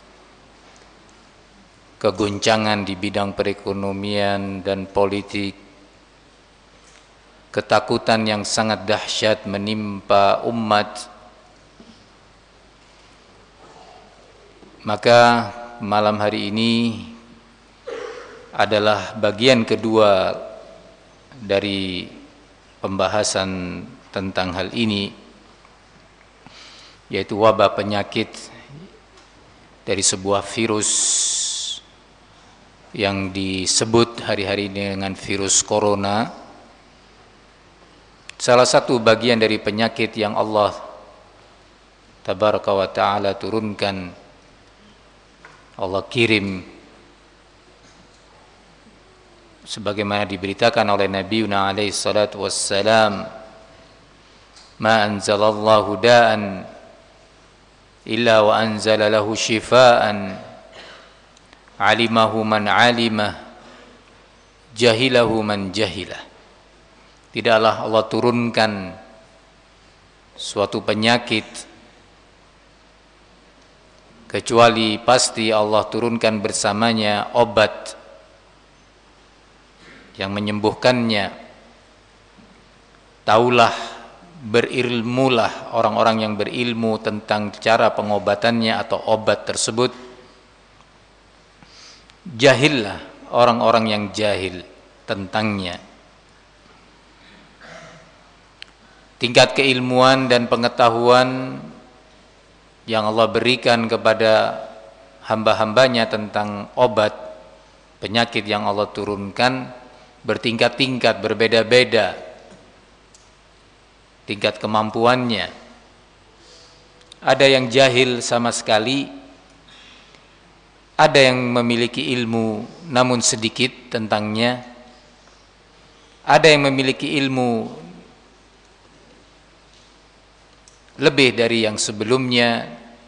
kegoncangan di bidang perekonomian dan politik, ketakutan yang sangat dahsyat menimpa umat. Maka malam hari ini adalah bagian kedua dari pembahasan tentang hal ini, yaitu wabah penyakit dari sebuah virus yang disebut hari-hari ini dengan virus corona. Salah satu bagian dari penyakit yang Allah tabaraka wa ta'ala turunkan, Allah kirim, sebagaimana diberitakan oleh Nabiuna alaihi salatu wassalam, ma anzalallahu da'an illa wa anzala lahu shifaan alimahu man alimah jahilahu man jahilah. Tidaklah Allah turunkan suatu penyakit kecuali pasti Allah turunkan bersamanya obat yang menyembuhkannya. Taulah, berilmulah orang-orang yang berilmu tentang cara pengobatannya atau obat tersebut. Jahillah orang-orang yang jahil tentangnya. Tingkat keilmuan dan pengetahuan yang Allah berikan kepada hamba-hambanya tentang obat penyakit yang Allah turunkan bertingkat-tingkat, berbeda-beda tingkat kemampuannya. Ada yang jahil sama sekali, ada yang memiliki ilmu namun sedikit tentangnya, ada yang memiliki ilmu lebih dari yang sebelumnya,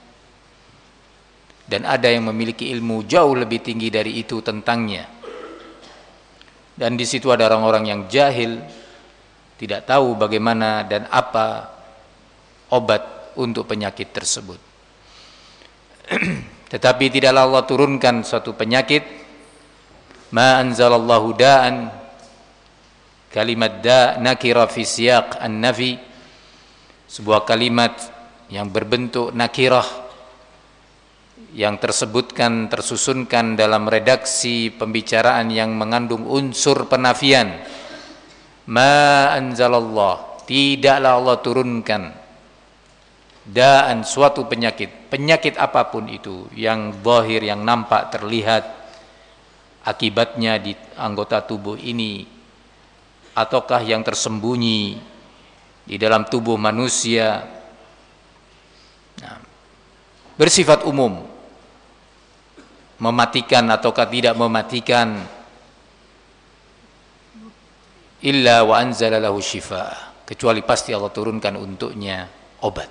dan ada yang memiliki ilmu jauh lebih tinggi dari itu tentangnya. Dan di situ ada orang-orang yang jahil, tidak tahu bagaimana dan apa obat untuk penyakit tersebut. Tetapi tidaklah Allah turunkan suatu penyakit, ma anzalallahu da'an, kalimat da' nakira fi siyaq an-nafi, sebuah kalimat yang berbentuk nakirah yang tersusunkan dalam redaksi pembicaraan yang mengandung unsur penafian. Ma anzalallah, tidaklah Allah turunkan da'an, suatu penyakit, penyakit apapun itu yang zahir, yang nampak, terlihat akibatnya di anggota tubuh ini, ataukah yang tersembunyi di dalam tubuh manusia, bersifat umum, mematikan ataukah tidak mematikan, illa wa anzala lahu shifa, kecuali pasti Allah turunkan untuknya obat.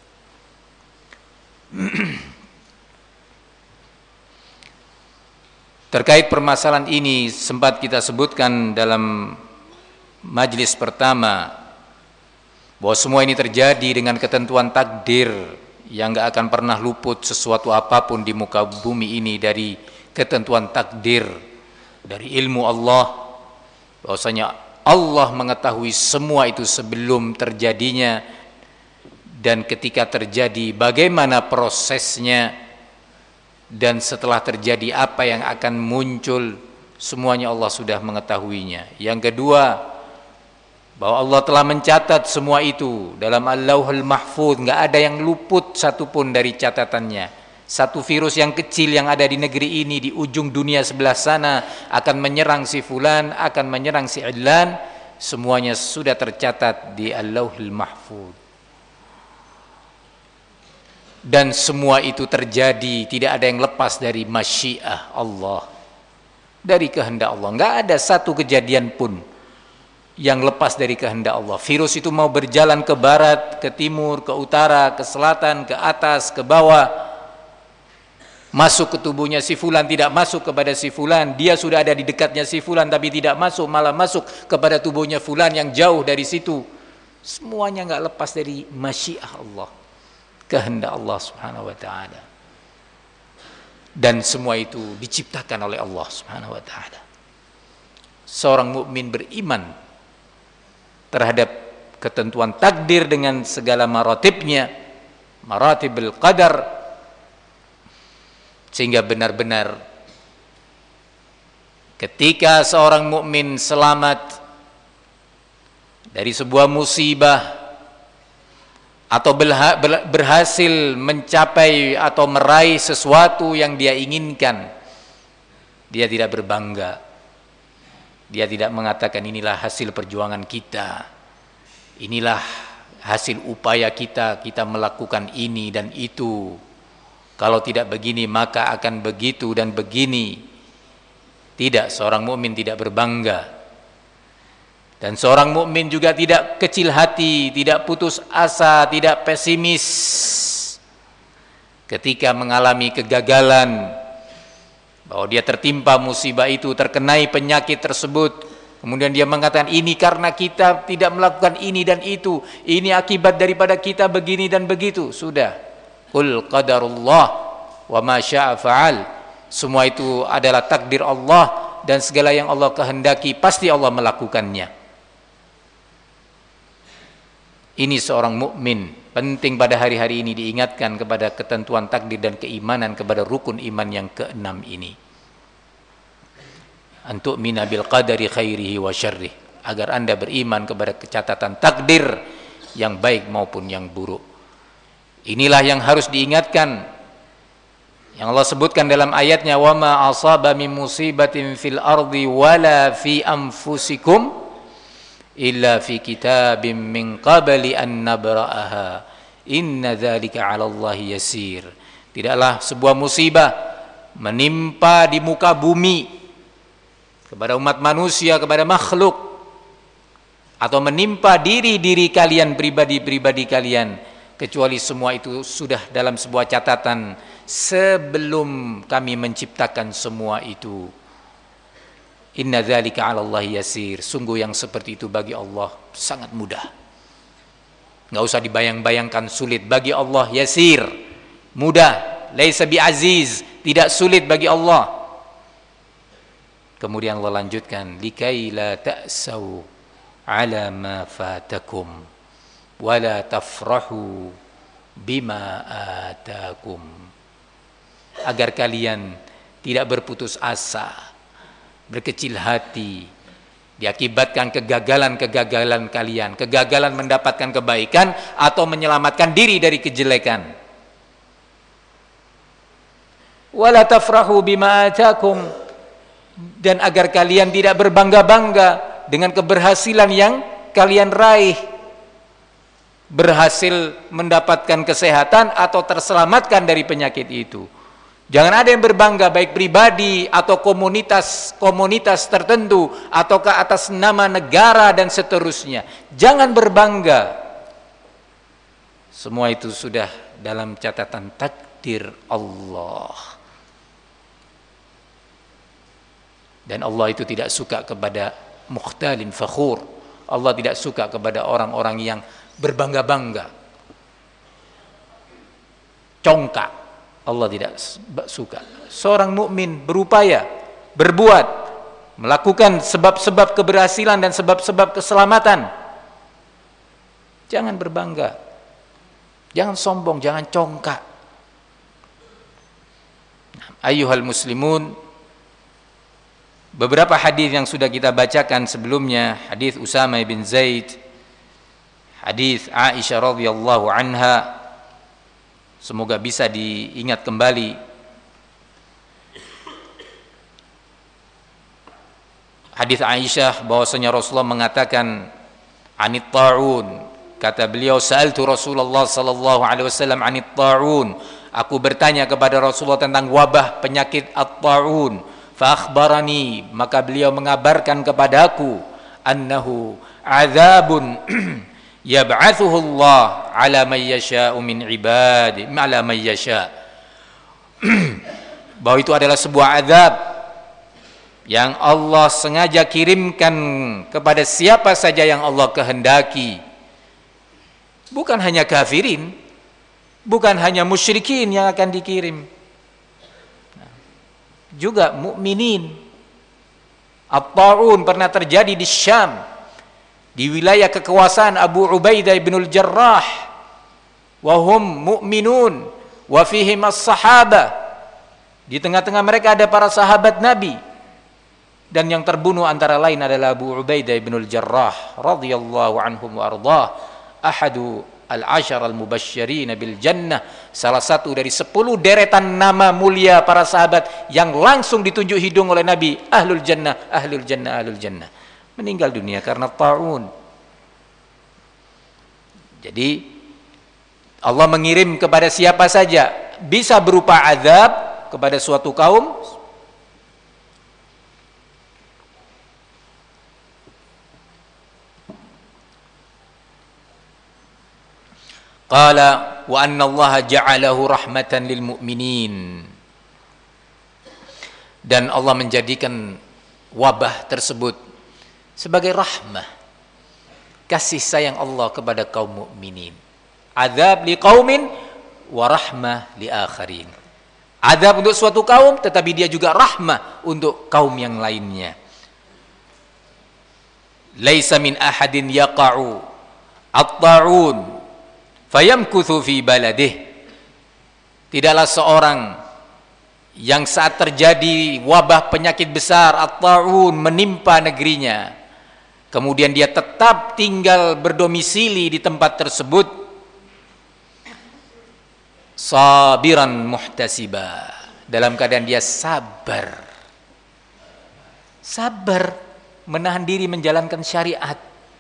Terkait permasalahan ini sempat kita sebutkan dalam majlis pertama bahwa semua ini terjadi dengan ketentuan takdir yang gak akan pernah luput sesuatu apapun di muka bumi ini dari ketentuan takdir, dari ilmu Allah, bahwasanya Allah mengetahui semua itu sebelum terjadinya, dan ketika terjadi bagaimana prosesnya, dan setelah terjadi apa yang akan muncul, semuanya Allah sudah mengetahuinya. Yang kedua, bahwa Allah telah mencatat semua itu dalam Al-Lauhul Mahfuz, nggak ada yang luput satupun dari catatannya. Satu virus yang kecil yang ada di negeri ini, di ujung dunia sebelah sana, akan menyerang si fulan, akan menyerang si Illan, semuanya sudah tercatat di Al-Lauhul Mahfuz. Dan semua itu terjadi, tidak ada yang lepas dari masyiah Allah, dari kehendak Allah. Nggak ada satu kejadian pun yang lepas dari kehendak Allah. Virus itu mau berjalan ke barat, ke timur, ke utara, ke selatan, ke atas, ke bawah, masuk ke tubuhnya si fulan, tidak masuk kepada si fulan, dia sudah ada di dekatnya si fulan tapi tidak masuk, malah masuk kepada tubuhnya fulan yang jauh dari situ. Semuanya enggak lepas dari masyiah Allah, kehendak Allah Subhanahu wa taala. Dan semua itu diciptakan oleh Allah Subhanahu wa taala. Seorang mukmin beriman terhadap ketentuan takdir dengan segala maratibnya, maratibul qadar, sehingga benar-benar ketika seorang mukmin selamat dari sebuah musibah atau berhasil mencapai atau meraih sesuatu yang dia inginkan, dia tidak berbangga. Dia tidak mengatakan inilah hasil perjuangan kita, inilah hasil upaya kita melakukan ini dan itu. Kalau tidak begini maka akan begitu dan begini. Tidak, seorang mukmin tidak berbangga. Dan seorang mukmin juga tidak kecil hati, tidak putus asa, tidak pesimis ketika mengalami kegagalan, bahwa dia tertimpa musibah itu, terkenai penyakit tersebut, kemudian dia mengatakan ini karena kita tidak melakukan ini dan itu, ini akibat daripada kita begini dan begitu. Sudah, qul qadarullah wa ma syaa fa'al. Semua itu adalah takdir Allah, dan segala yang Allah kehendaki pasti Allah melakukannya. Ini seorang mukmin penting pada hari-hari ini diingatkan kepada ketentuan takdir dan keimanan kepada rukun iman yang keenam ini. Antuk mina bil qadari khairihi wa syarrih, agar Anda beriman kepada catatan takdir yang baik maupun yang buruk. Inilah yang harus diingatkan, yang Allah sebutkan dalam ayatnya, wa ma asaba min musibatin fil ardi wala fi anfusikum illa fi kitabim min qabli an nabra'aha inna dzalika 'ala Allahi yasir. Tidaklah sebuah musibah menimpa di muka bumi kepada umat manusia, kepada makhluk, atau menimpa diri-diri kalian, pribadi-pribadi kalian, kecuali semua itu sudah dalam sebuah catatan sebelum kami menciptakan semua itu. Inna dzalika 'ala Allahi yasir. Sungguh yang seperti itu bagi Allah sangat mudah. Enggak usah dibayang-bayangkan sulit. Bagi Allah yasir, mudah. Laisa bi'aziz, tidak sulit bagi Allah. Kemudian Allah lanjutkan, likai la ta'sau 'ala ma fatakum wa la tafrahu bima atakum. Agar kalian tidak berputus asa, berkecil hati diakibatkan kegagalan-kegagalan kalian, kegagalan mendapatkan kebaikan atau menyelamatkan diri dari kejelekan. Wala tafrahu bima atakum, dan agar kalian tidak berbangga-bangga dengan keberhasilan yang kalian raih, berhasil mendapatkan kesehatan atau terselamatkan dari penyakit itu. Jangan ada yang berbangga, baik pribadi atau komunitas tertentu, atau ke atas nama negara dan seterusnya. Jangan berbangga. Semua itu sudah dalam catatan takdir Allah. Dan Allah itu tidak suka kepada mukhtalin fakhur. Allah tidak suka kepada orang-orang yang berbangga-bangga, congkak. Allah tidak suka. Seorang mukmin berupaya, berbuat, melakukan sebab-sebab keberhasilan dan sebab-sebab keselamatan. Jangan berbangga, jangan sombong, jangan congkak. Ayyuhal muslimun, beberapa hadis yang sudah kita bacakan sebelumnya, hadis Usama bin Zaid, hadis Aisyah radhiyallahu anha, semoga bisa diingat kembali. Hadis Aisyah bahwasanya Rasulullah mengatakan anit ta'un, kata beliau, sa'altu Rasulullah sallallahu alaihi wasallam anit ta'un, aku bertanya kepada Rasulullah tentang wabah penyakit at-ta'un. Fa akhbarani, maka beliau mengabarkan kepadaku, annahu adzabun yab'atsuhu Allah ala man yasha'u min ibadi ala man yasha'. Bahwa itu adalah sebuah azab yang Allah sengaja kirimkan kepada siapa saja yang Allah kehendaki. Bukan hanya kafirin, bukan hanya musyrikin yang akan dikirim, juga mukminin. At-ta'un pernah terjadi di Syam, di wilayah kekuasaan Abu Ubaidah bin al-Jarrah, wa hum mu'minun wa fihim as-sahabah. Di tengah-tengah mereka ada para sahabat Nabi, dan yang terbunuh antara lain adalah Abu Ubaidah bin al-Jarrah radhiyallahu anhum wa ardhah, ahadu al-ashar al-mubasysyirin bil jannah, salah satu dari 10 deretan nama mulia para sahabat yang langsung ditunjuk hidung oleh Nabi, ahlul jannah, ahlul jannah, ahlul jannah, meninggal dunia karena ta'un. Jadi Allah mengirim kepada siapa saja, bisa berupa azab kepada suatu kaum, qala wa anna Allah ja'alahu rahmatan lil mu'minin, dan Allah menjadikan wabah tersebut sebagai rahmah, kasih sayang Allah kepada kaum mukminin. Azab li qaumin wa rahmah li akharin. Azab untuk suatu kaum, tetapi dia juga rahmah untuk kaum yang lainnya. Laisa min ahadin yaqa'u at-ta'un fayamkuthu fi baladih. Tidaklah seorang yang saat terjadi wabah penyakit besar at-ta'un menimpa negerinya, kemudian dia tetap tinggal berdomisili di tempat tersebut, sabiran muhtasiba, dalam keadaan dia sabar menahan diri menjalankan syariat.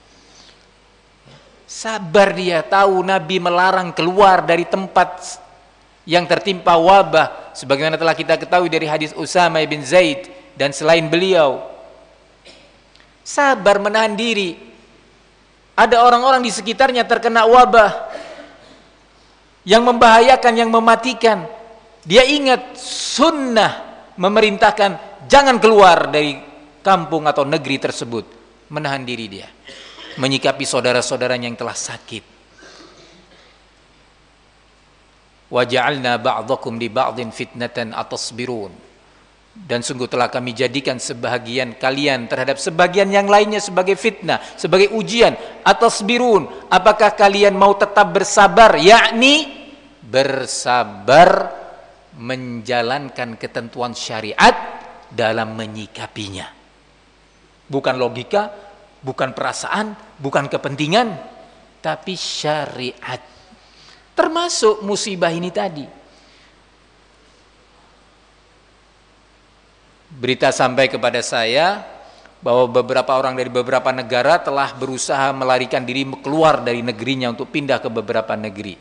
Sabar, dia tahu Nabi melarang keluar dari tempat yang tertimpa wabah, sebagaimana telah kita ketahui dari hadis Usama bin Zaid dan selain beliau. Sabar menahan diri. Ada orang-orang di sekitarnya terkena wabah yang membahayakan, yang mematikan. Dia ingat sunnah memerintahkan jangan keluar dari kampung atau negeri tersebut. Menahan diri dia, menyikapi saudara-saudaranya yang telah sakit. Wa ja'alna ba'dakum li ba'din fitnatan atasbirun, dan sungguh telah kami jadikan sebahagian kalian terhadap sebagian yang lainnya sebagai fitnah, sebagai ujian. Atasbirun, apakah kalian mau tetap bersabar, yakni bersabar menjalankan ketentuan syariat dalam menyikapinya. Bukan logika, bukan perasaan, bukan kepentingan, tapi syariat. Termasuk musibah ini tadi. Berita sampai kepada saya bahwa beberapa orang dari beberapa negara telah berusaha melarikan diri keluar dari negerinya untuk pindah ke beberapa negeri.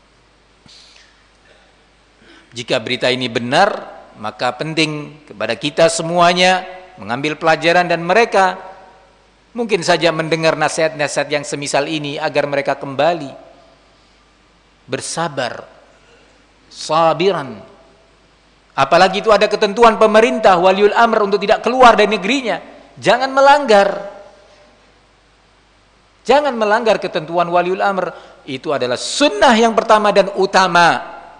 Jika berita ini benar, maka penting kepada kita semuanya mengambil pelajaran, dan mereka mungkin saja mendengar nasihat-nasihat yang semisal ini agar mereka kembali bersabar, sabiran. Apalagi itu ada ketentuan pemerintah, waliul amr, untuk tidak keluar dari negerinya. Jangan melanggar. Jangan melanggar ketentuan waliul amr. Itu adalah sunnah yang pertama dan utama,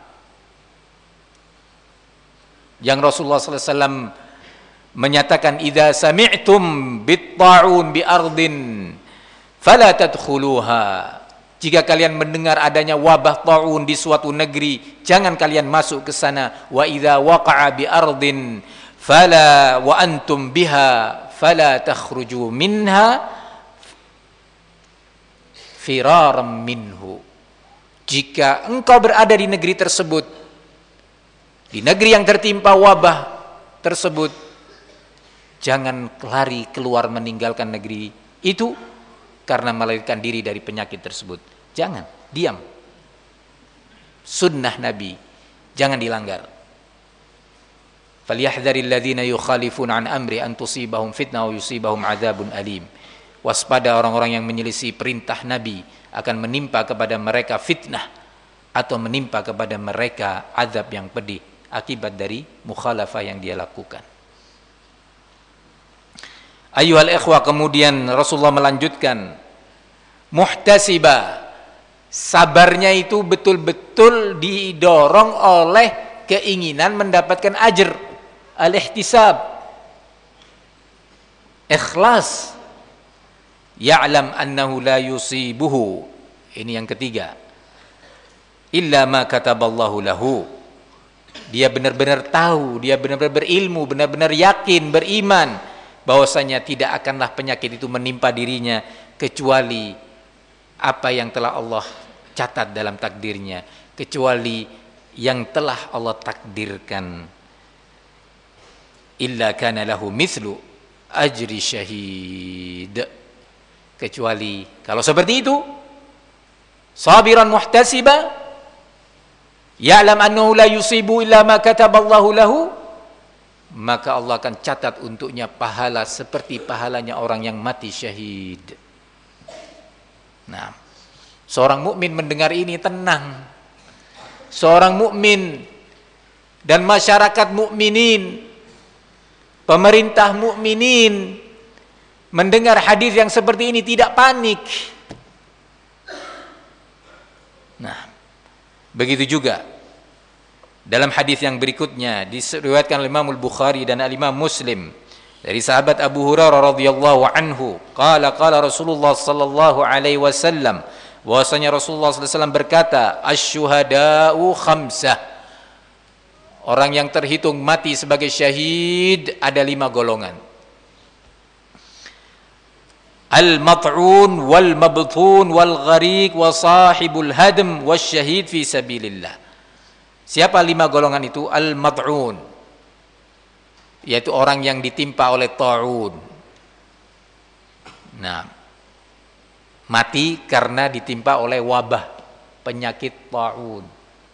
yang Rasulullah SAW menyatakan, idza sami'tum bit-ta'un bi ardin fala tadkhuluha. Jika kalian mendengar adanya wabah ta'un di suatu negeri, jangan kalian masuk ke sana. Wa idza waqa'a bi ardin fala wa antum biha fala takhruju minha firaram minhu. Jika engkau berada di negeri tersebut, di negeri yang tertimpa wabah tersebut, jangan lari keluar meninggalkan negeri itu karena melarikan diri dari penyakit tersebut. Jangan, diam. Sunnah Nabi jangan dilanggar. Falyahdharil ladzina yukhalifuna an amri an tusibahum fitnah wa yusibahum adzabun alim. waspada orang-orang yang menyelisih perintah Nabi, akan menimpa kepada mereka fitnah atau menimpa kepada mereka azab yang pedih akibat dari mukhalafah yang dia lakukan. Ayyuhal ikhwah, kemudian Rasulullah melanjutkan, muhtasiba, sabarnya itu betul-betul didorong oleh keinginan mendapatkan ajr, al-ihtisab, ikhlas, ya'lam annahu la yusibuhu, ini yang ketiga, illa ma kataballahu lahu, dia benar-benar tahu, dia benar-benar berilmu, benar-benar yakin, beriman bahwasanya tidak akanlah penyakit itu menimpa dirinya kecuali apa yang telah Allah catat dalam takdirnya, kecuali yang telah Allah takdirkan. Illa kana lahu mithlu ajri syahid, kecuali kalau seperti itu, sabiran muhtasiba, ya'lam annahu la yusibu illa ma kataballahu lahu, maka Allah akan catat untuknya pahala seperti pahalanya orang yang mati syahid. Nah, seorang mukmin mendengar ini tenang. Seorang mukmin dan masyarakat mukminin, pemerintah mukminin mendengar hadis yang seperti ini tidak panik. Nah, begitu juga dalam hadis yang berikutnya diriwayatkan oleh Imam Al-Bukhari dan Al-Imam Muslim dari sahabat Abu Hurairah radhiyallahu anhu, qala Rasulullah sallallahu alaihi wasallam, bahwasanya Rasulullah sallallahu alaihi wasallam berkata, asy-syuhada'u khamsah, orang yang terhitung mati sebagai syahid ada 5 golongan. Al-mat'un wal mabthun wal ghariq wa sahibul hadm wasyahid fi sabilillah. Siapa 5 golongan itu? Al-mat'un, yaitu orang yang ditimpa oleh ta'un. Nah, mati karena ditimpa oleh wabah penyakit ta'un.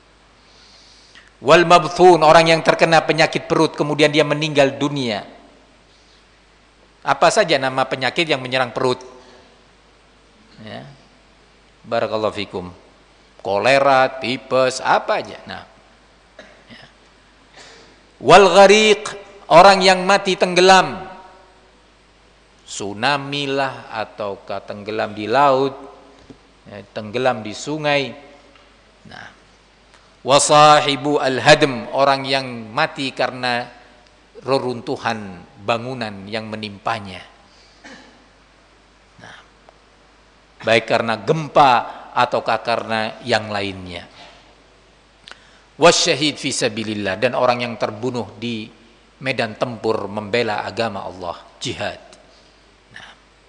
Wal mabthun, orang yang terkena penyakit perut kemudian dia meninggal dunia. Apa saja nama penyakit yang menyerang perut? Ya. Barakallahu fikum. Kolera, tipes, apa aja. Nah, wal ghariq, orang yang mati tenggelam, tsunami lah ataukah tenggelam di laut, ya, tenggelam di sungai. Nah, wasahibu al-hadm, orang yang mati karena reruntuhan bangunan yang menimpanya. Nah, baik karena gempa ataukah karena yang lainnya. Wasyahid fi sabilillah, dan orang yang terbunuh di medan tempur membela agama Allah, jihad. Nah,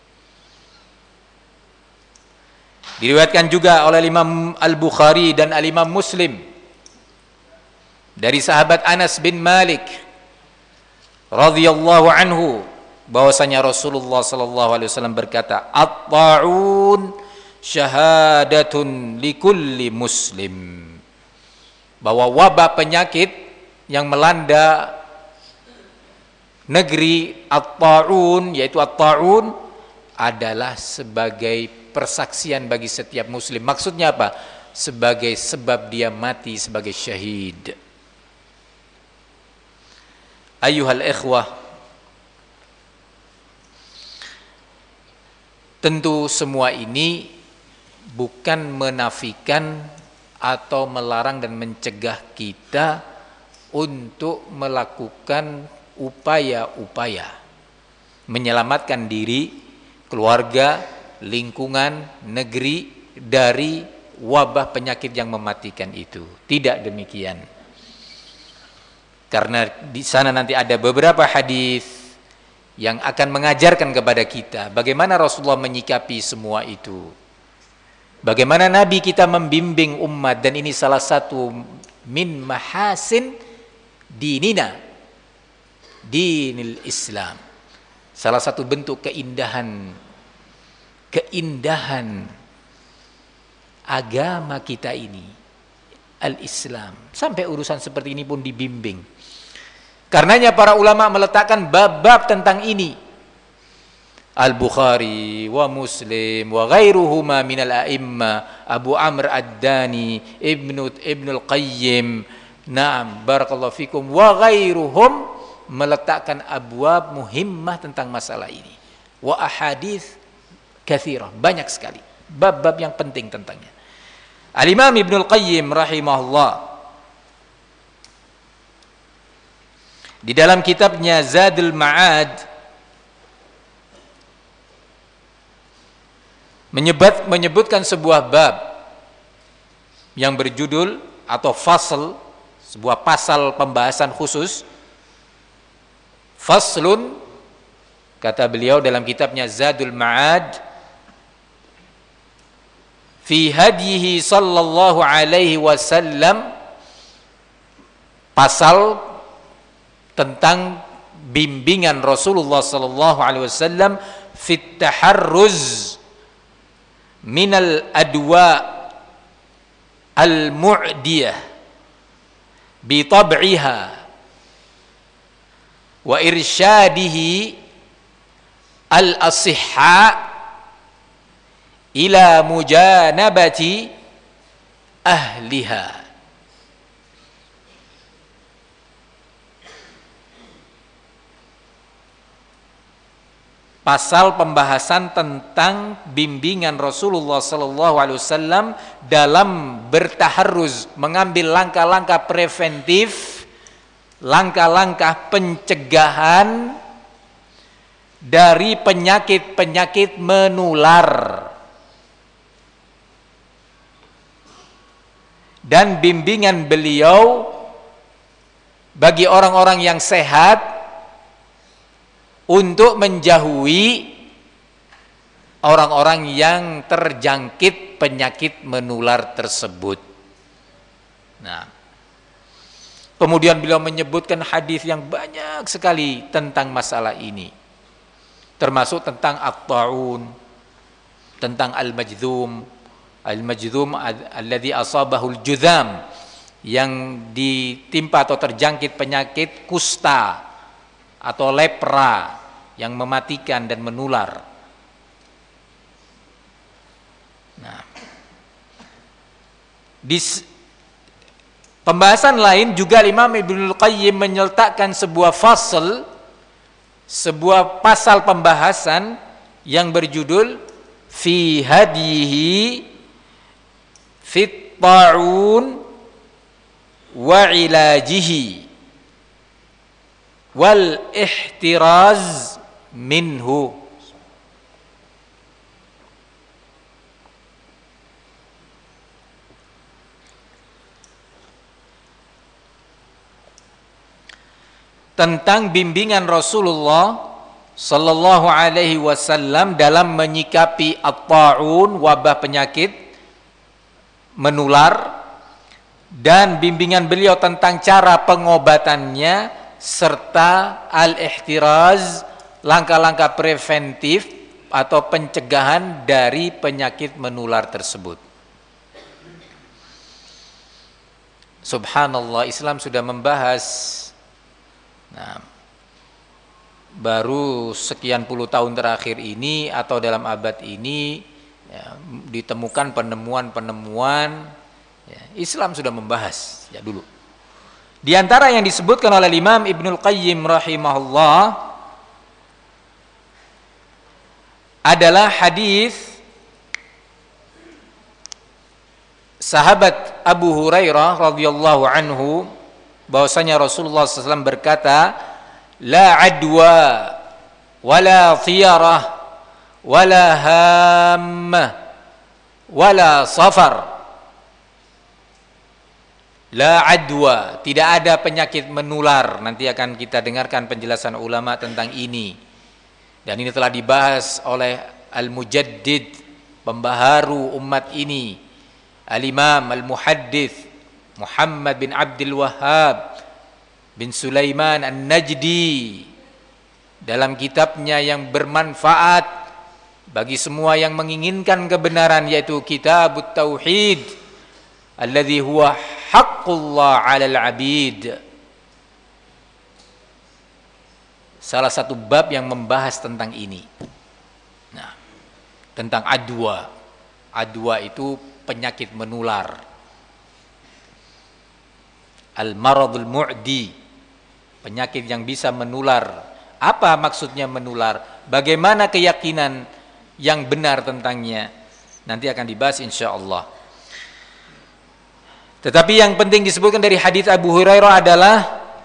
diriwayatkan juga oleh Imam Al-Bukhari dan Al-Imam Muslim dari sahabat Anas bin Malik radhiyallahu anhu, bahwasanya Rasulullah sallallahu alaihi wasallam berkata, at-ta'un syahadatun likulli muslim, bahwa wabah penyakit yang melanda negeri at-ta'un, yaitu at-ta'un, adalah sebagai persaksian bagi setiap muslim. Maksudnya apa? Sebagai sebab dia mati sebagai syahid. Ayyuhal ikhwah, tentu semua ini bukan menafikan atau melarang dan mencegah kita untuk melakukan upaya-upaya menyelamatkan diri, keluarga, lingkungan, negeri dari wabah penyakit yang mematikan itu. Tidak demikian. Karena di sana nanti ada beberapa hadis yang akan mengajarkan kepada kita bagaimana Rasulullah menyikapi semua itu. Bagaimana Nabi kita membimbing umat, dan ini salah satu min mahasin dinina, dinil Islam. Salah satu bentuk keindahan agama kita ini, al-Islam. Sampai urusan seperti ini pun dibimbing. Karenanya para ulama meletakkan bab-bab tentang ini. Al-Bukhari wa Muslim wa ghairuhuma minal a'imma, Abu Amr Ad-Dani, Ibnul Qayyim, na'am barakallahu fikum, wa ghairuhum meletakkan abwab muhimmah tentang masalah ini. Wa ahadits katsirah, banyak sekali bab-bab yang penting tentangnya. Al-Imam Ibnul Qayyim rahimahullah di dalam kitabnya Zadul Ma'ad menyebutkan sebuah bab yang berjudul atau fasl, sebuah pasal pembahasan khusus. Faslun, kata beliau dalam kitabnya Zadul Ma'ad, fi hadyihi sallallahu alaihi wasallam, pasal tentang bimbingan Rasulullah sallallahu alaihi wasallam fit taharruz minal adwa al-mu'diyah bi tab'iha wa irsyadihi al-asihha ila mujanabati ahliha. Pasal pembahasan tentang bimbingan Rasulullah sallallahu alaihi wasallam dalam bertaharruz, mengambil langkah-langkah preventif, langkah-langkah pencegahan dari penyakit-penyakit menular. Dan bimbingan beliau bagi orang-orang yang sehat untuk menjauhi orang-orang yang terjangkit penyakit menular tersebut. Nah, kemudian beliau menyebutkan hadis yang banyak sekali tentang masalah ini, termasuk tentang at-ta'un, tentang al-majdzum alladzi asabahul judham, yang ditimpa atau terjangkit penyakit kusta atau lepra yang mematikan dan menular. Nah, di pembahasan lain juga Imam Ibnul Qayyim menyeletakkan sebuah fasal, sebuah pasal pembahasan yang berjudul fi hadyihi fit ta'un wa ilajihi wal ihtiraz minhu. Tentang bimbingan Rasulullah sallallahu alaihi wasallam dalam menyikapi at-ta'un, wabah penyakit menular, dan bimbingan beliau tentang cara pengobatannya serta al-ihtiraz, langkah-langkah preventif atau pencegahan dari penyakit menular tersebut. Subhanallah, Islam sudah membahas, nah, baru sekian puluh tahun terakhir ini atau dalam abad ini ya, ditemukan penemuan-penemuan ya, Islam sudah membahas ya dulu. Di antara yang disebutkan oleh Imam Ibnul Qayyim rahimahullah adalah hadis sahabat Abu Hurairah radhiyallahu anhu, bahwasanya Rasulullah SAW berkata, la adwa wala thiyarah wala hammah wala safar. La adwa, tidak ada penyakit menular. Nanti akan kita dengarkan penjelasan ulama tentang ini. Dan ini telah dibahas oleh Al-Mujaddid, pembaharu umat ini, Al-Imam Al-Muhaddits Muhammad bin Abdul Wahhab bin Sulaiman An-Najdi, dalam kitabnya yang bermanfaat bagi semua yang menginginkan kebenaran, yaitu Kitabut Tauhid alladzi huwa haqqullah 'alal 'abid. Salah satu bab yang membahas tentang ini. tentang adwa. Adwa itu penyakit menular. Al-maradul mu'di, penyakit yang bisa menular. Apa maksudnya menular? Bagaimana keyakinan yang benar tentangnya? Nanti akan dibahas insyaallah. Tetapi yang penting disebutkan dari hadis Abu Hurairah adalah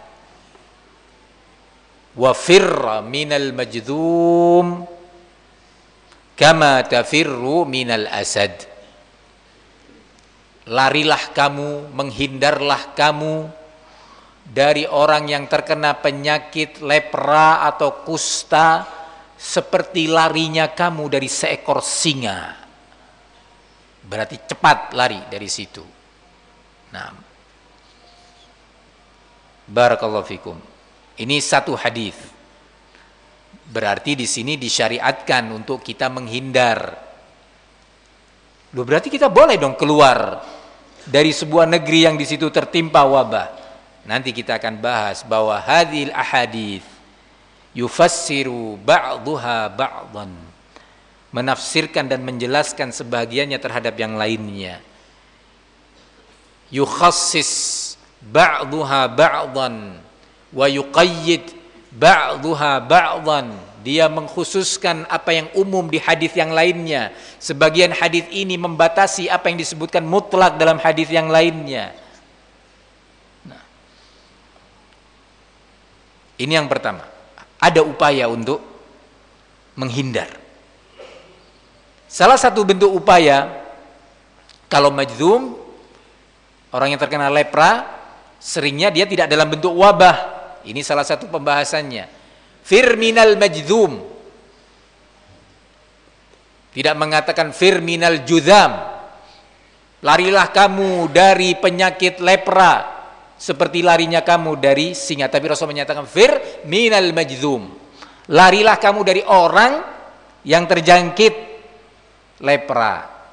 wa firra minal majdhum kama tafirru minal asad. Larilah kamu, menghindarlah kamu dari orang yang terkena penyakit lepra atau kusta seperti larinya kamu dari seekor singa. Berarti cepat lari dari situ. Nah, barakallahu fikum. Ini satu hadis. Berarti di sini disyariatkan untuk kita menghindar. Loh, berarti kita boleh dong keluar dari sebuah negeri yang di situ tertimpa wabah. Nanti kita akan bahas bahwa hadhil ahadits yufassiru ba'dhuha ba'dhan. Menafsirkan dan menjelaskan sebahagiannya terhadap yang lainnya. Yukhassis ba'dhuha ba'dhan wa yuqayyid ba'dhuha ba'dhan. Dia mengkhususkan apa yang umum di hadis yang lainnya. Sebagian hadis ini membatasi apa yang disebutkan mutlak dalam hadis yang lainnya. Nah, ini yang pertama. Ada upaya untuk menghindar. Salah satu bentuk upaya, kalau majdzum, orang yang terkena lepra, seringnya dia tidak dalam bentuk wabah. Ini salah satu pembahasannya. Fir minal majdzum. Tidak mengatakan fir minal judham. Larilah kamu dari penyakit lepra seperti larinya kamu dari singa. Tapi Rasul menyatakan fir minal majdzum. Larilah kamu dari orang yang terjangkit lepra.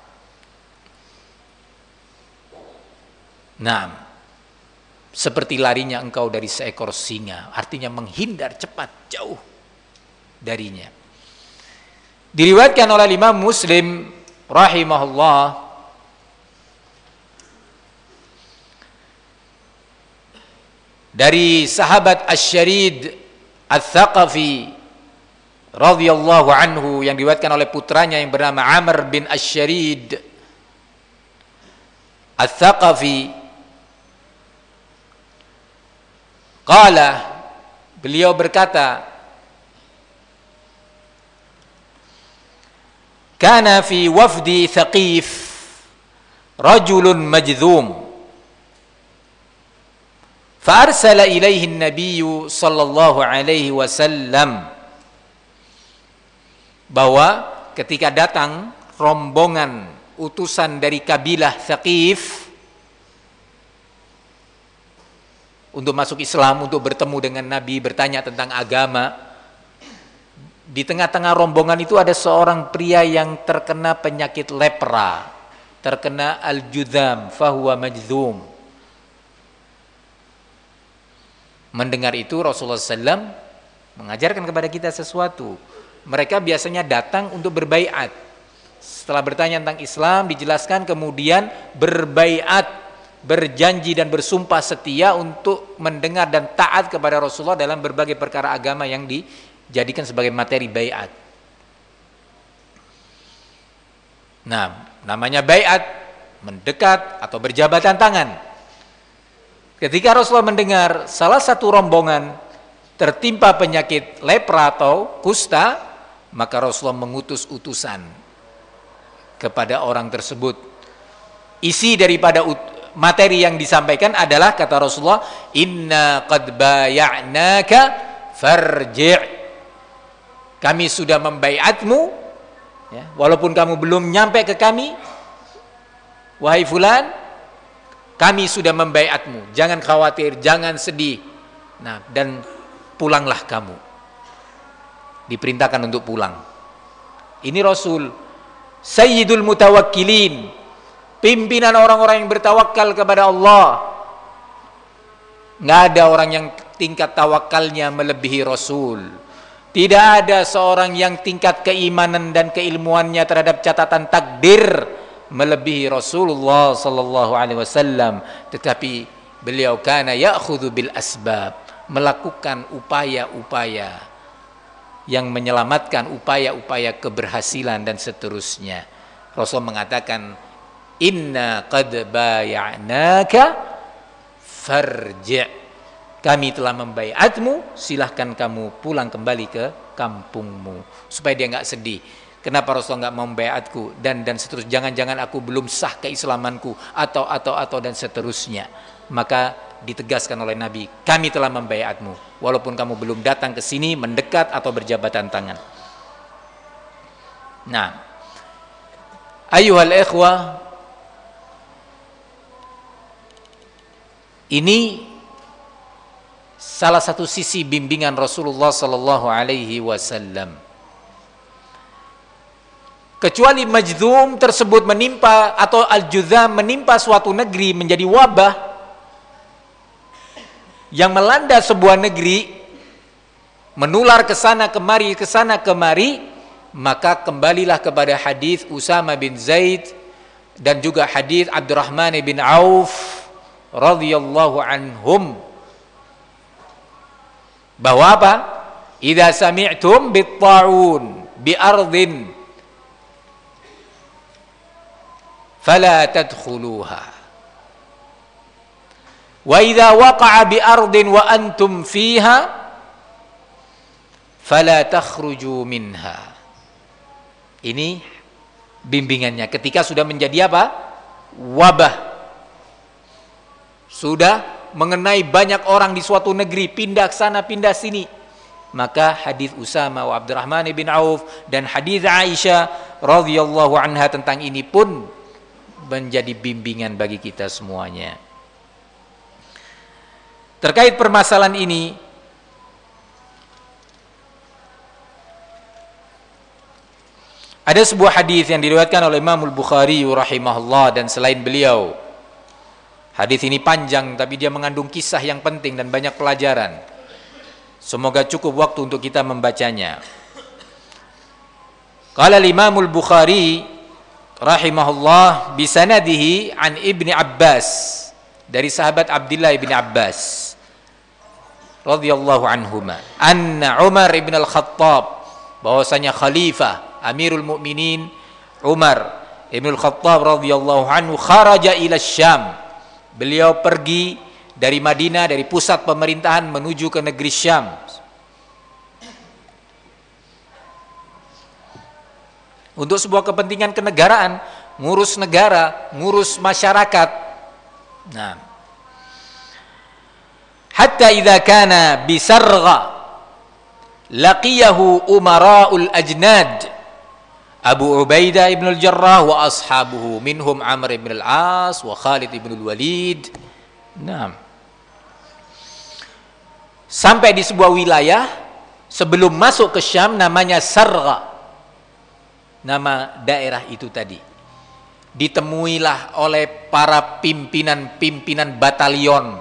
Nah, seperti larinya engkau dari seekor singa, artinya menghindar cepat, jauh darinya. Diriwayatkan oleh Imam Muslim rahimahullah dari sahabat Asy-Syarid Ats-Tsaqafi radhiyallahu anhu, yang diriwayatkan oleh putranya yang bernama Amr bin Asy-Syarid Ats-Tsaqafi. Qala, beliau berkata, kana fi wafdi Thaqif rajulun majdzum fa arsala ilaihi an-nabiy sallallahu alaihi wasallam, bahwa ketika datang rombongan utusan dari kabilah Thaqif untuk masuk Islam, untuk bertemu dengan Nabi, bertanya tentang agama. Di tengah-tengah rombongan itu ada seorang pria yang terkena penyakit lepra, terkena al-judham, fahuwa majdzum. Mendengar itu Rasulullah SAW mengajarkan kepada kita sesuatu. Mereka biasanya datang untuk berbaiat. Setelah bertanya tentang Islam, dijelaskan, kemudian berbaiat, berjanji dan bersumpah setia untuk mendengar dan taat kepada Rasulullah dalam berbagai perkara agama yang dijadikan sebagai materi baiat. Nah, namanya baiat, mendekat atau berjabatan tangan. Ketika Rasulullah mendengar salah satu rombongan tertimpa penyakit lepra atau kusta, maka Rasulullah mengutus utusan kepada orang tersebut. Isi daripada materi yang disampaikan adalah, kata Rasulullah, inna qad baya'naka farji'. Kami sudah membaiatmu, ya, walaupun kamu belum nyampe ke kami, wahai fulan, kami sudah membaiatmu. Jangan khawatir, jangan sedih. Nah, dan pulanglah kamu. Diperintahkan untuk pulang. Ini Rasul Sayyidul Mutawakkilin, pimpinan orang-orang yang bertawakal kepada Allah. Nggak ada orang yang tingkat tawakalnya melebihi Rasul. Tidak ada seorang yang tingkat keimanan dan keilmuannya terhadap catatan takdir melebihi Rasulullah sallallahu alaihi wasallam, tetapi beliau kana ya'khudhu bil asbab, melakukan upaya-upaya yang menyelamatkan, upaya-upaya keberhasilan dan seterusnya. Rasul mengatakan, inna qad bay'naka farji', kami telah membaiatmu, silahkan kamu pulang kembali ke kampungmu. Supaya dia nggak sedih. Kenapa Rasul nggak membaiatku dan seterusnya? Jangan-jangan aku belum sah keislamanku atau dan seterusnya. Maka ditegaskan oleh Nabi, kami telah membaiatmu, walaupun kamu belum datang ke sini mendekat atau berjabatan tangan. Nah, ayyuhal ikhwah, ini salah satu sisi bimbingan Rasulullah sallallahu alaihi wasallam. Kecuali Majdzum tersebut menimpa, atau Al-Judzam menimpa suatu negeri menjadi wabah yang melanda sebuah negeri, menular ke sana kemari, maka kembalilah kepada hadis Usama bin Zaid dan juga hadis Abdurrahman bin Auf radhiyallahu anhum, bahwa apa? Idza sami'tum bit-ta'un bi ardin fala tadkhuluha wa idza waqa'a bi ardin wa antum fiha fala takhruju minha. Ini bimbingannya ketika sudah menjadi apa? Wabah, sudah mengenai banyak orang di suatu negeri, pindah ke sana, pindah sini. Maka hadis Usama wa Abdurrahman bin Auf dan hadis Aisyah radhiyallahu anha tentang ini pun menjadi bimbingan bagi kita semuanya. Terkait permasalahan ini, ada sebuah hadis yang diriwayatkan oleh Imam Al-Bukhari rahimahullah dan selain beliau. Hadis ini panjang tapi dia mengandung kisah yang penting dan banyak pelajaran. Semoga cukup waktu untuk kita membacanya. Qala Imam Al-Bukhari rahimahullah bisanadihi an Ibni Abbas, dari sahabat Abdullah bin Abbas radhiyallahu anhuma, anna Umar ibn al-Khattab, bahwasanya khalifah Amirul Mukminin Umar ibn al-Khattab radhiyallahu anhu kharaja ila Syam, beliau pergi dari Madinah, dari pusat pemerintahan menuju ke negeri Syam. Untuk sebuah kepentingan kenegaraan, ngurus negara, ngurus masyarakat. Nah, hatta idza kana bisargha laqiyahu umara'ul ajnad Abu Ubaidah ibn al-Jarrah wa ashabuhu minhum Amr ibn al-As wa Khalid ibn al-Walid. Nah, sampai di sebuah wilayah sebelum masuk ke Syam namanya Sargha, nama daerah itu tadi. Ditemuilah oleh para pimpinan batalion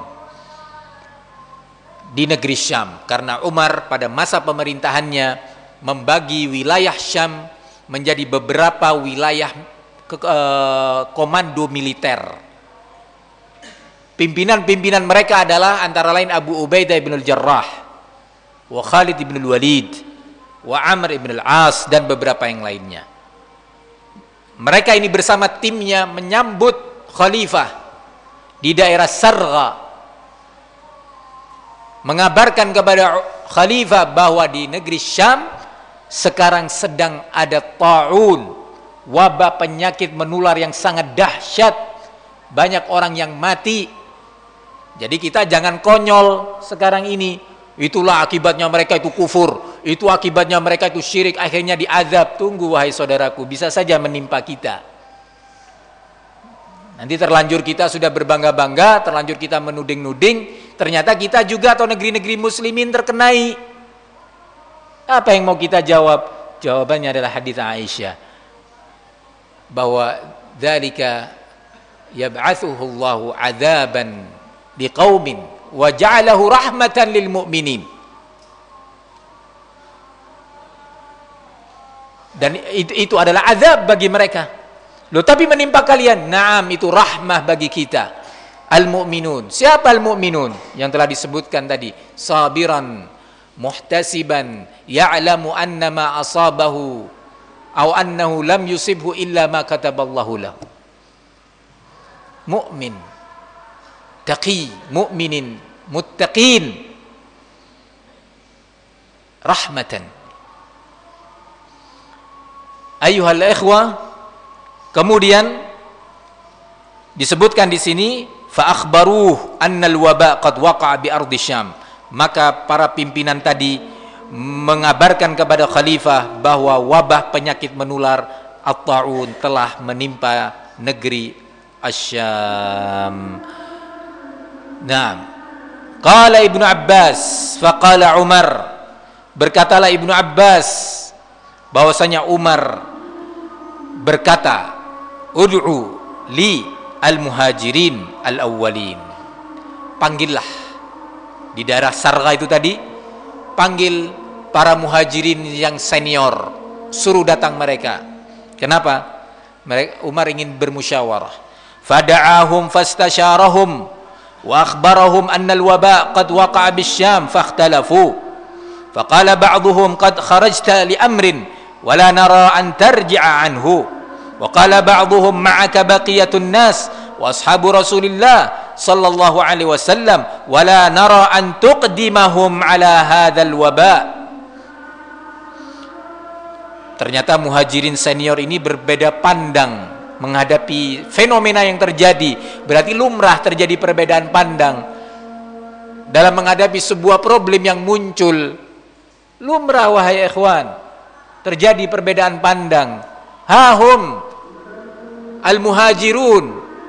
di negeri Syam, karena Umar pada masa pemerintahannya membagi wilayah Syam menjadi beberapa wilayah komando militer. Pimpinan-pimpinan mereka adalah antara lain Abu Ubaidah ibn al-Jarrah wa Khalid ibn al-Walid wa Amr ibn al-As dan beberapa yang lainnya. Mereka ini bersama timnya menyambut khalifah di daerah Sargha, mengabarkan kepada khalifah bahwa di negeri Syam sekarang sedang ada ta'un, wabah penyakit menular yang sangat dahsyat, banyak orang yang mati. Jadi kita jangan konyol sekarang ini, itulah akibatnya mereka itu kufur, itu akibatnya mereka itu syirik, akhirnya diazab. Tunggu wahai saudaraku, bisa saja menimpa kita. Nanti terlanjur kita sudah berbangga-bangga, terlanjur kita menuding-nuding, ternyata kita juga atau negeri-negeri muslimin terkenai. Apa yang mau kita jawab? Jawabannya adalah hadis Aisyah, bahwa dzalika yab'atsuhu Allahu 'adzaban liqaumin wa ja'alahu rahmatan lil mu'minin. Dan itu adalah azab bagi mereka. Loh, tapi menimpa kalian, na'am, itu rahmah bagi kita. Al-mu'minun. Siapa al-mu'minun? Yang telah disebutkan tadi. Sabiran, muhtasiban, ya'lamu annama asabahu, aw annahu lam yusibhu illa ma kataballahu lahu. Mu'min, taqi, mu'minin, muttaqin, rahmatan. Ayuhal ikhwah, kemudian disebutkan di sini fa akhbaruh annal waba qad waqa'a bi ardi Syam. Maka para pimpinan tadi mengabarkan kepada khalifah bahwa wabah penyakit menular at-ta'un telah menimpa negeri Asy-Syam. Nah, qala Ibnu Abbas fa qala Umar, berkatalah Ibnu Abbas bahwasanya Umar berkata, ud'u li al-muhajirin al-awwalin. Panggillah di daerah Sarqa itu tadi, panggil para muhajirin yang senior, suruh datang mereka. Kenapa? Umar ingin bermusyawarah. Fada'ahum fastasyarahum wa akhbarahum anna al-waba qad waqa'a bis-Syam fakhtalafu. Faqala ba'dhuhum qad kharajta li amrin wa la nara an tarji'a anhu. Wa qala ba'dhuhum ma'aka baqiyatun nas wa ashabu Rasulillah sallallahu alaihi wasallam wa la nara an tuqdimahum ala hadzal waba. Ternyata muhajirin senior ini berbeda pandang menghadapi fenomena yang terjadi. Berarti lumrah terjadi perbedaan pandang dalam menghadapi sebuah problem yang muncul. Lumrah, wahai ikhwan, terjadi perbedaan pandang. Hahum al-muhajirun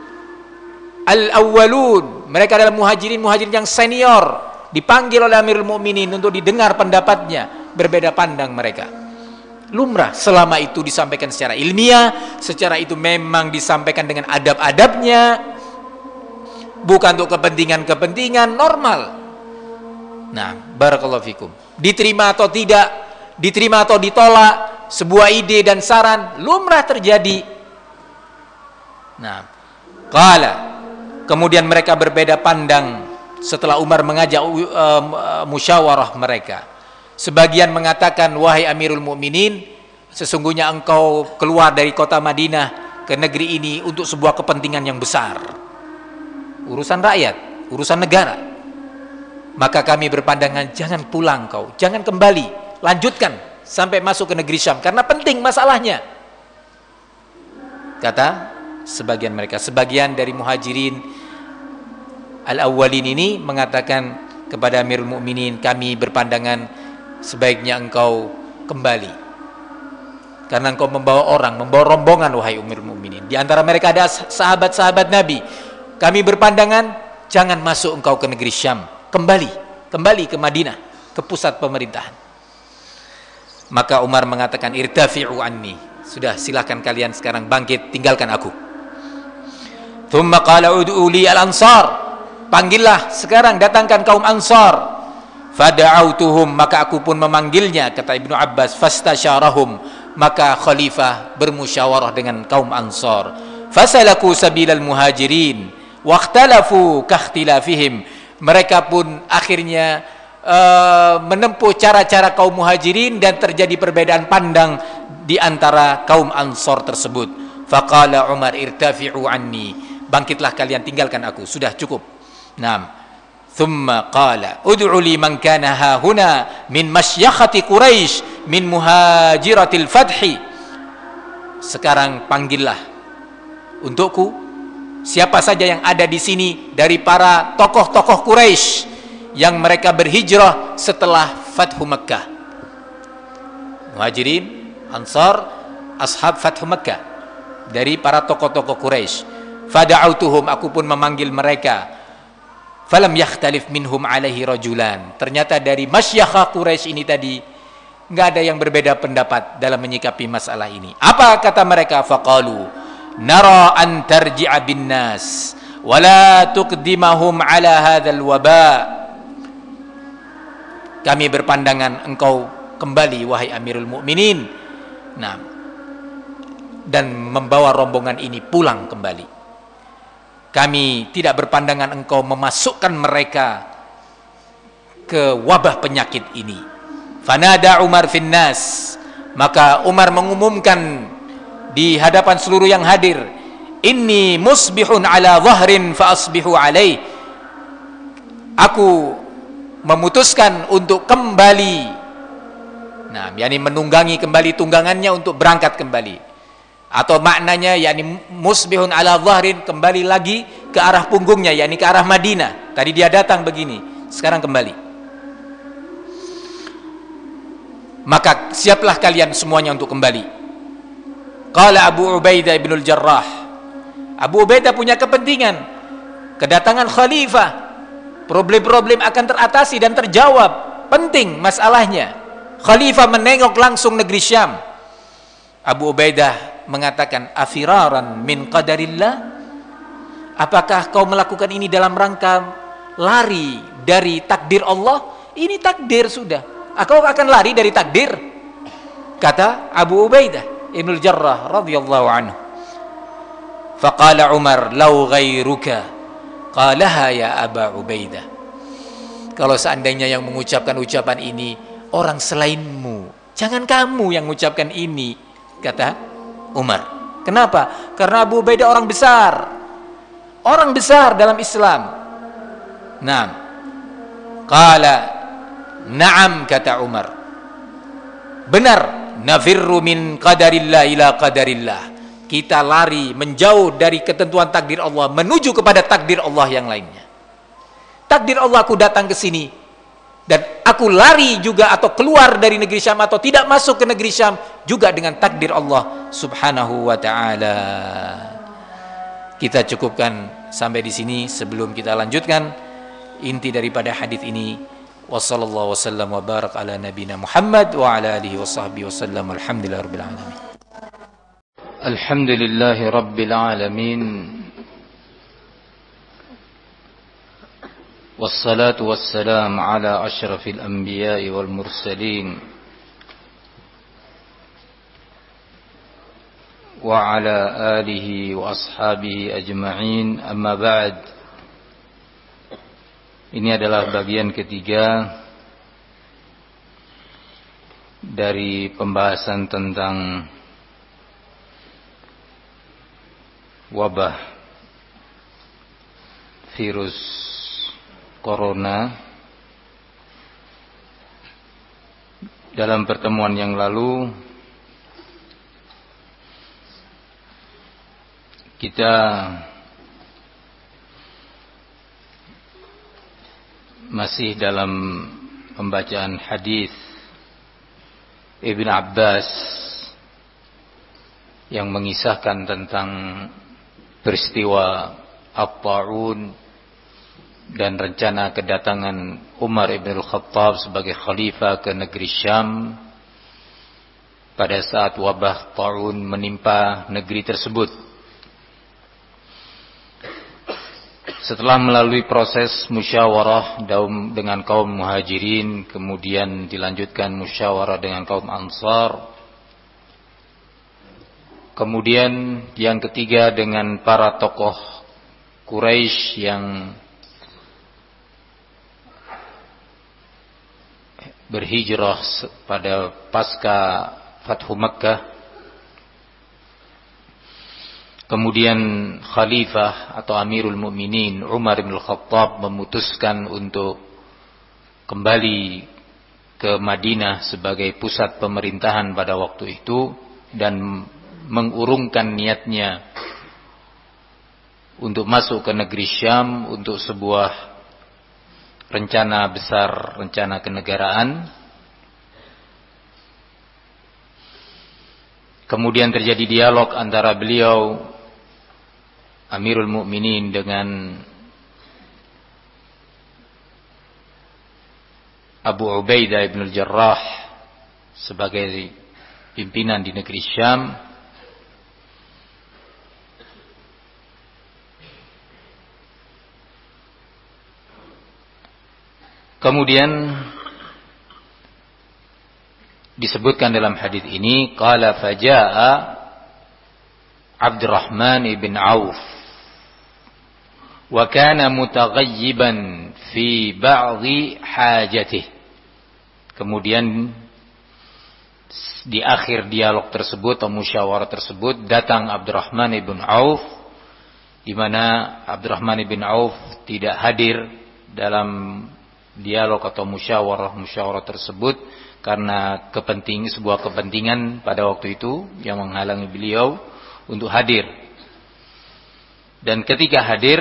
al-awwalun, mereka adalah muhajirin yang senior, dipanggil oleh Amirul Mukminin untuk didengar pendapatnya. Berbeda pandang mereka. Lumrah selama itu disampaikan secara ilmiah, secara itu memang disampaikan dengan adab-adabnya, bukan untuk kepentingan-kepentingan, normal. Nah, barakallahu fikum. Diterima atau tidak, diterima atau ditolak, sebuah ide dan saran lumrah terjadi. Nah, qala, kemudian mereka berbeda pandang setelah Umar mengajak musyawarah mereka. Sebagian mengatakan, wahai Amirul Mukminin, sesungguhnya engkau keluar dari kota Madinah ke negeri ini untuk sebuah kepentingan yang besar, urusan rakyat, urusan negara. Maka kami berpandangan, jangan pulang kau, jangan kembali, lanjutkan sampai masuk ke negeri Syam, karena penting masalahnya. Kata sebagian mereka. Sebagian dari muhajirin al-awwalin ini mengatakan kepada Amirul Mukminin, kami berpandangan sebaiknya engkau kembali, karena engkau membawa orang, membawa rombongan, wahai Amirul Mukminin. Di antara mereka ada sahabat-sahabat Nabi. Kami berpandangan, jangan masuk engkau ke negeri Syam, kembali ke Madinah, ke pusat pemerintahan. Maka Umar mengatakan, irtafi'u anni, sudah, silakan kalian sekarang bangkit, tinggalkan aku. Thumma qala ud'u li al-ansar, panggillah sekarang, datangkan kaum Ansar. Fada'autuhum, maka aku pun memanggilnya, kata Ibnu Abbas. Fastasyarahum, maka khalifah bermusyawarah dengan kaum Ansar. Fasalaku sabilal muhajirin wakhtalafu kakhtilafihim, mereka pun akhirnya menempuh cara-cara kaum muhajirin dan terjadi perbedaan pandang di antara kaum Ansar tersebut. Faqala Umar, irtafi'u anni, bangkitlah kalian, tinggalkan aku, sudah cukup. Naam. Thumma qala ud'u li man kana ha huna min masyakhati Quraisy min muhajiratil fathi. Sekarang panggillah untukku siapa saja yang ada di sini dari para tokoh-tokoh Quraisy yang mereka berhijrah setelah Fathu Makkah. Muhajirin, Ansar, ashab Fathu Makkah, dari para tokoh-tokoh Quraisy. Fada'autuhum, aku pun memanggil mereka. Falam yakhtalif minhum alaihi rajulan. Ternyata dari masyayikh Quraisy ini tadi enggak ada yang berbeda pendapat dalam menyikapi masalah ini. Apa kata mereka? Faqalu nara an tarji'a bin nas wa la tuqdimahum ala hadzal waba. Kami berpandangan engkau kembali, wahai Amirul Mukminin, Nah, dan membawa rombongan ini pulang kembali. Kami tidak berpandangan engkau memasukkan mereka ke wabah penyakit ini. Fanada Umar finnas, maka Umar mengumumkan di hadapan seluruh yang hadir, inni musbihun ala dhahrin fa asbihu alaih. Aku memutuskan untuk kembali, nah, yakni menunggangi kembali tunggangannya untuk berangkat kembali. Atau maknanya yakni musbihun ala dhahrin, kembali lagi ke arah punggungnya, yakni ke arah Madinah. Tadi dia datang begini, sekarang kembali. Maka siaplah kalian semuanya untuk kembali. Qala Abu Ubaidah ibn al-Jarrah. Abu Ubaidah punya kepentingan kedatangan khalifah, problem-problem akan teratasi dan terjawab, penting masalahnya. Khalifah menengok langsung negeri Syam. Abu Ubaidah mengatakan, afiraran min qadarillah, apakah kau melakukan ini dalam rangka lari dari takdir Allah? Ini takdir sudah, kau akan lari dari takdir, kata Abu Ubaidah Ibnul Jarrah radhiyallahu anhu. Faqala Umar, lau ghairuka qalaha ya Aba Ubaidah, kalau seandainya yang mengucapkan ucapan ini orang selainmu, jangan kamu yang mengucapkan ini, kata Umar. Kenapa? Karena Abu Ubaidah orang besar dalam Islam. Naam. Qala na'am, kata Umar, benar, nafirru min qadarillah ila qadarillah, kita lari menjauh dari ketentuan takdir Allah menuju kepada takdir Allah yang lainnya. Takdir Allah, aku datang ke sini dan aku lari juga atau keluar dari negeri Syam atau tidak masuk ke negeri Syam juga dengan takdir Allah subhanahu wa ta'ala. Kita cukupkan sampai di sini sebelum kita lanjutkan inti daripada hadis ini. Wassallallahu wasallam wa barak ala nabina Muhammad wa ala alihi wa sahbihi wasallam. Alhamdulillah rabbil alamin. Alhamdulillahi rabbil alamin. والصلاة والسلام على أشرف الأنبياء والمرسلين وعلى آله وأصحابه أجمعين. أما بعد, ini adalah bagian ketiga dari pembahasan tentang wabah virus Corona. Dalam pertemuan yang lalu kita masih dalam pembacaan hadis Ibn Abbas yang mengisahkan tentang peristiwa At-Ta'un dan rencana kedatangan Umar ibn al-Khattab sebagai khalifah ke negeri Syam pada saat wabah ta'un menimpa negeri tersebut. Setelah melalui proses musyawarah dengan kaum muhajirin, kemudian dilanjutkan musyawarah dengan kaum ansar, kemudian yang ketiga dengan para tokoh Quraisy yang berhijrah pada pasca Fathu Makkah. Kemudian Khalifah atau Amirul Mukminin Umar bin Khattab memutuskan untuk kembali ke Madinah sebagai pusat pemerintahan pada waktu itu dan mengurungkan niatnya untuk masuk ke negeri Syam untuk sebuah rencana besar, rencana kenegaraan. Kemudian terjadi dialog antara beliau Amirul Mukminin dengan Abu Ubaidah ibn al-Jarrah sebagai pimpinan di negeri Syam. Kemudian disebutkan dalam hadis ini, qala faja'a Abdurrahman ibn Auf wa kana mutaghayyiban fi ba'dhi hajatihi. Kemudian di akhir dialog tersebut atau musyawarah tersebut tersebut Abdurrahman ibn Auf, di mana Abdurrahman ibn Auf tidak hadir dalam dialog atau musyawarah tersebut karena sebuah kepentingan pada waktu itu yang menghalangi beliau untuk hadir. Dan ketika hadir,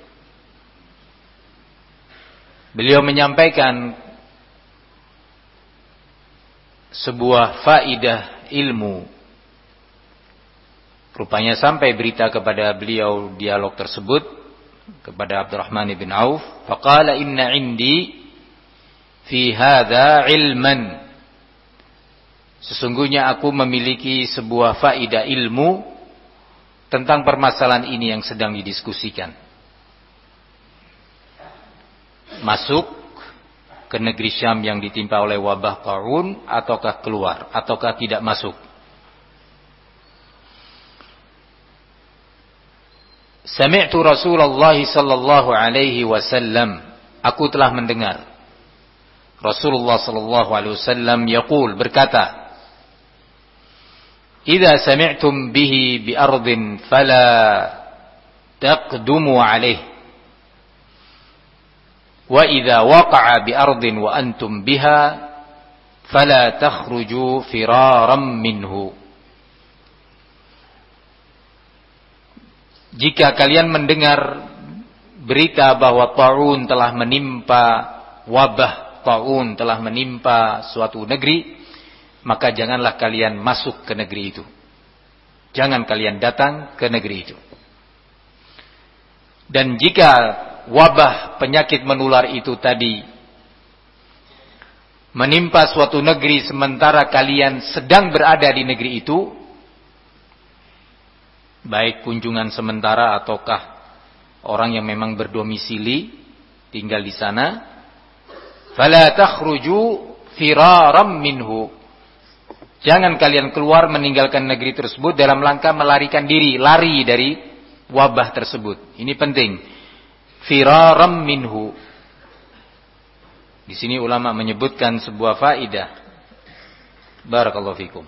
beliau menyampaikan sebuah faidah ilmu. Rupanya sampai berita kepada beliau dialog tersebut kepada Abdurrahman bin Auf. Faqala inna indi fi hadza ilman. Sesungguhnya aku memiliki sebuah faidah ilmu tentang permasalahan ini yang sedang didiskusikan. Masuk ke negeri Syam yang ditimpa oleh wabah Ta'un, ataukah keluar, ataukah tidak masuk. Sami'tu Rasulullah sallallahu alaihi wasallam, aku telah mendengar Rasulullah sallallahu alaihi wasallam yaqul, berkata, "Idza sami'tum bihi bi ardin fala taqdumu alaihi wa idza waqa'a bi ardin wa antum biha fala takhruju firaran minhu." Jika kalian mendengar berita bahwa Ta'un telah menimpa, wabah Ta'un telah menimpa suatu negeri, maka janganlah kalian masuk ke negeri itu. Jangan kalian datang ke negeri itu. Dan jika wabah penyakit menular itu tadi menimpa suatu negeri sementara kalian sedang berada di negeri itu, baik kunjungan sementara ataukah orang yang memang berdomisili tinggal di sana, fala takhruju firaram minhu. Jangan kalian keluar meninggalkan negeri tersebut dalam rangka melarikan diri, lari dari wabah tersebut. Ini penting. Firaram minhu. Di sini ulama menyebutkan sebuah faidah. Barakallahu fikum.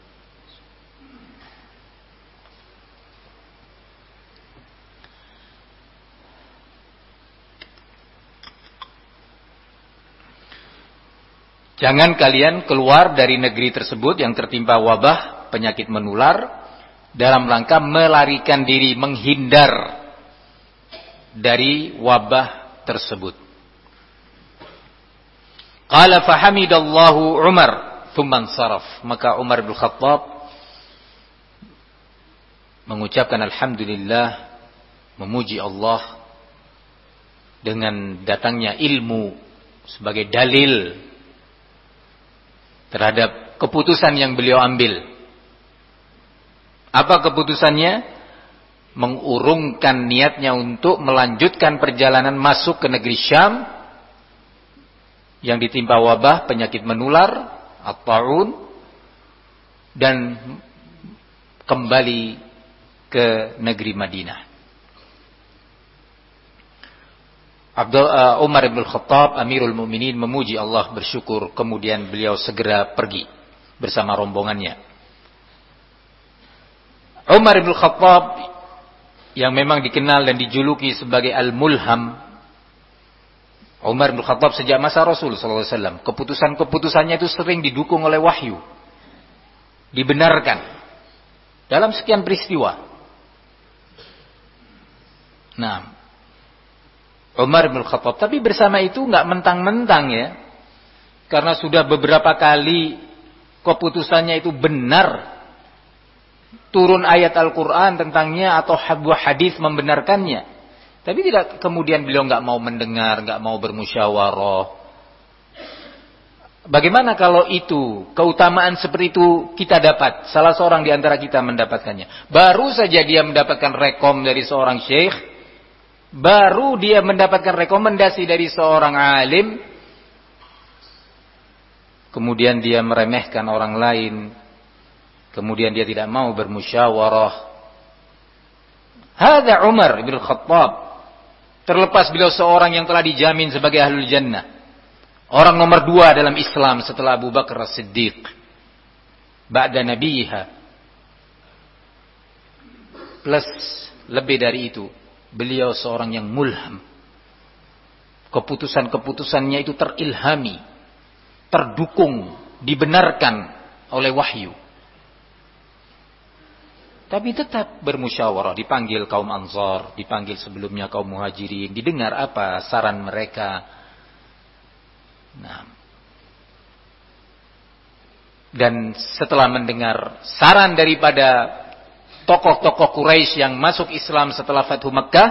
Jangan kalian keluar dari negeri tersebut yang tertimpa wabah penyakit menular dalam rangka melarikan diri, menghindar dari wabah tersebut. Qala fahamidallahu Umar thumma ansaraf. Maka Umar bin Khattab mengucapkan alhamdulillah, memuji Allah dengan datangnya ilmu sebagai dalil terhadap keputusan yang beliau ambil. Apa keputusannya? Mengurungkan niatnya untuk melanjutkan perjalanan masuk ke negeri Syam yang ditimpa wabah penyakit menular at-ta'un, dan kembali ke negeri Madinah. Umar bin Khattab Amirul Mukminin memuji Allah, bersyukur, kemudian beliau segera pergi bersama rombongannya. Umar bin Khattab yang memang dikenal dan dijuluki sebagai Al-Mulham. Umar bin Khattab sejak masa Rasul SAW, keputusan-keputusannya itu sering didukung oleh wahyu, dibenarkan dalam sekian peristiwa. Nah, Umar bin Khattab, tapi bersama itu nggak mentang-mentang ya, karena sudah beberapa kali keputusannya itu benar, turun ayat Al-Quran tentangnya atau sebuah hadis membenarkannya, tapi tidak kemudian beliau nggak mau mendengar, nggak mau bermusyawarah. Bagaimana kalau itu keutamaan seperti itu kita dapat, salah seorang di antara kita mendapatkannya, baru saja dia mendapatkan rekom dari seorang syekh, baru dia mendapatkan rekomendasi dari seorang alim, kemudian dia meremehkan orang lain, kemudian dia tidak mau bermusyawarah. Hadza Umar bin Khattab. Terlepas beliau seorang yang telah dijamin sebagai ahlul jannah. Orang nomor 2 dalam Islam setelah Abu Bakar As-Siddiq. Ba'da nabiha. Plus lebih dari itu, beliau seorang yang mulham. Keputusan-keputusannya itu terilhami, terdukung, dibenarkan oleh wahyu. Tapi tetap bermusyawarah, dipanggil kaum Ansar, dipanggil sebelumnya kaum Muhajirin, didengar apa saran mereka. Nah. Dan setelah mendengar saran daripada tokoh-tokoh Quraisy yang masuk Islam setelah Fathu Makkah,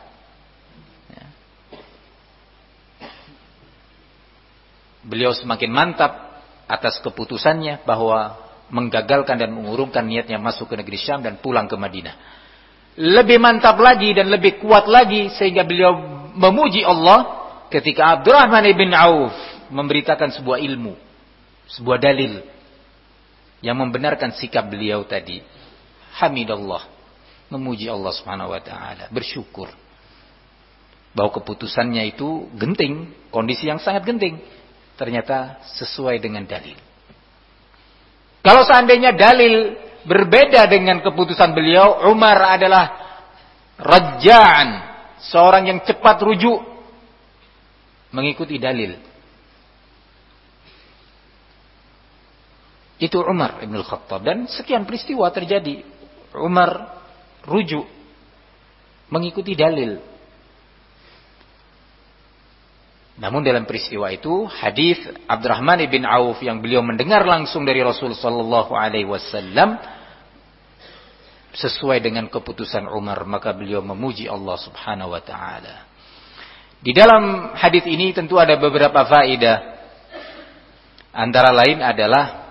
beliau semakin mantap atas keputusannya bahwa menggagalkan dan mengurungkan niatnya masuk ke negeri Syam dan pulang ke Madinah. Lebih mantap lagi dan lebih kuat lagi sehingga beliau memuji Allah ketika Abdurrahman bin Auf memberitakan sebuah ilmu, sebuah dalil yang membenarkan sikap beliau tadi. Hamidallah, memuji Allah Subhanahu wa taala, bersyukur bahwa keputusannya itu genting, kondisi yang sangat genting, ternyata sesuai dengan dalil. Kalau seandainya dalil berbeda dengan keputusan beliau, Umar adalah raja'an, seorang yang cepat rujuk mengikuti dalil. Itu Umar Ibn Khattab. Dan sekian peristiwa terjadi. Umar rujuk mengikuti dalil. Namun dalam peristiwa itu hadis Abdurrahman bin Auf yang beliau mendengar langsung dari Rasul sallallahu alaihi wasallam sesuai dengan keputusan Umar, maka beliau memuji Allah Subhanahu wa taala. Di dalam hadis ini tentu ada beberapa faedah. Antara lain adalah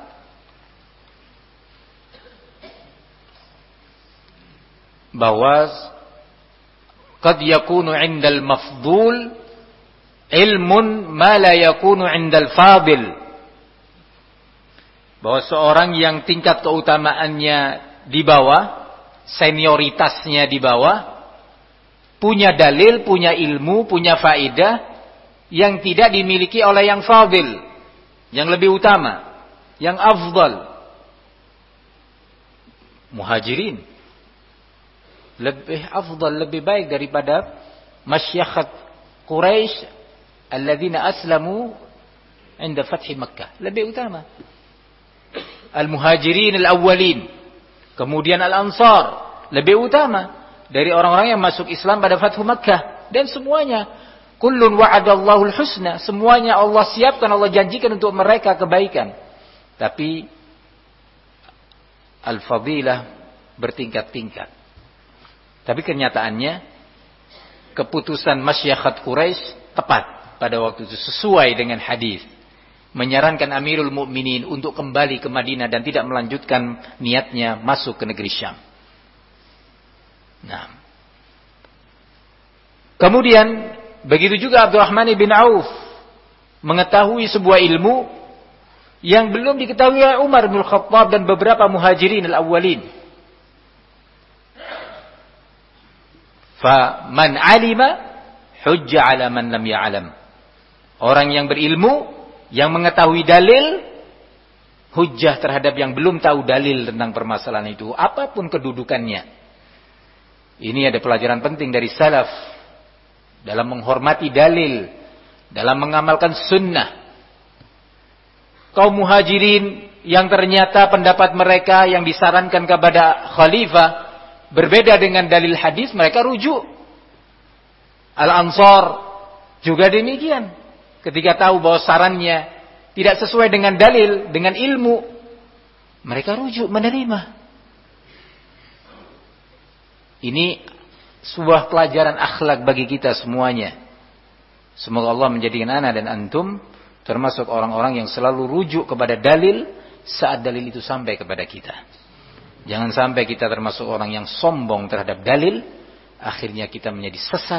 bahwa qad yakunu 'indal mafdhul ilmun ma la yakunu 'indal fadil. Bahwa seorang yang tingkat keutamaannya di bawah, senioritasnya di bawah, punya dalil, punya ilmu, punya faedah yang tidak dimiliki oleh yang fadil, yang lebih utama, yang afdal. Muhajirin lebih afdal, lebih baik daripada masyayikh Quraisy alladzina aslamu 'inda fathi Makkah, lebih utama. Al-Muhajirin al-awwalin, kemudian Al-Ansar, lebih utama dari orang-orang yang masuk Islam pada Fathu Makkah. Dan semuanya kullun wa'adallahu al-husna, semuanya Allah siapkan, Allah janjikan untuk mereka kebaikan. Tapi al-fadilah bertingkat-tingkat. Tapi kenyataannya keputusan masyayikh Quraisy tepat pada waktu itu, sesuai dengan hadis, menyarankan Amirul Mukminin untuk kembali ke Madinah dan tidak melanjutkan niatnya masuk ke negeri Syam. Nah, kemudian begitu juga Abdurrahman bin Auf mengetahui sebuah ilmu yang belum diketahui oleh Umar bin Khattab dan beberapa muhajirin al-awwalin. Fa man 'alima hujja 'ala man lam ya'lam. Orang yang berilmu, yang mengetahui dalil, hujjah terhadap yang belum tahu dalil tentang permasalahan itu, apapun kedudukannya. Ini ada pelajaran penting dari salaf dalam menghormati dalil, dalam mengamalkan sunnah. Kaum muhajirin yang ternyata pendapat mereka yang disarankan kepada khalifah berbeda dengan dalil hadis, mereka rujuk. Al-Ansar juga demikian. Ketika tahu bahwa sarannya tidak sesuai dengan dalil, dengan ilmu, mereka rujuk, menerima. Ini sebuah pelajaran akhlak bagi kita semuanya. Semoga Allah menjadikan ana dan antum termasuk orang-orang yang selalu rujuk kepada dalil saat dalil itu sampai kepada kita. Jangan sampai kita termasuk orang yang sombong terhadap dalil, akhirnya kita menjadi sesat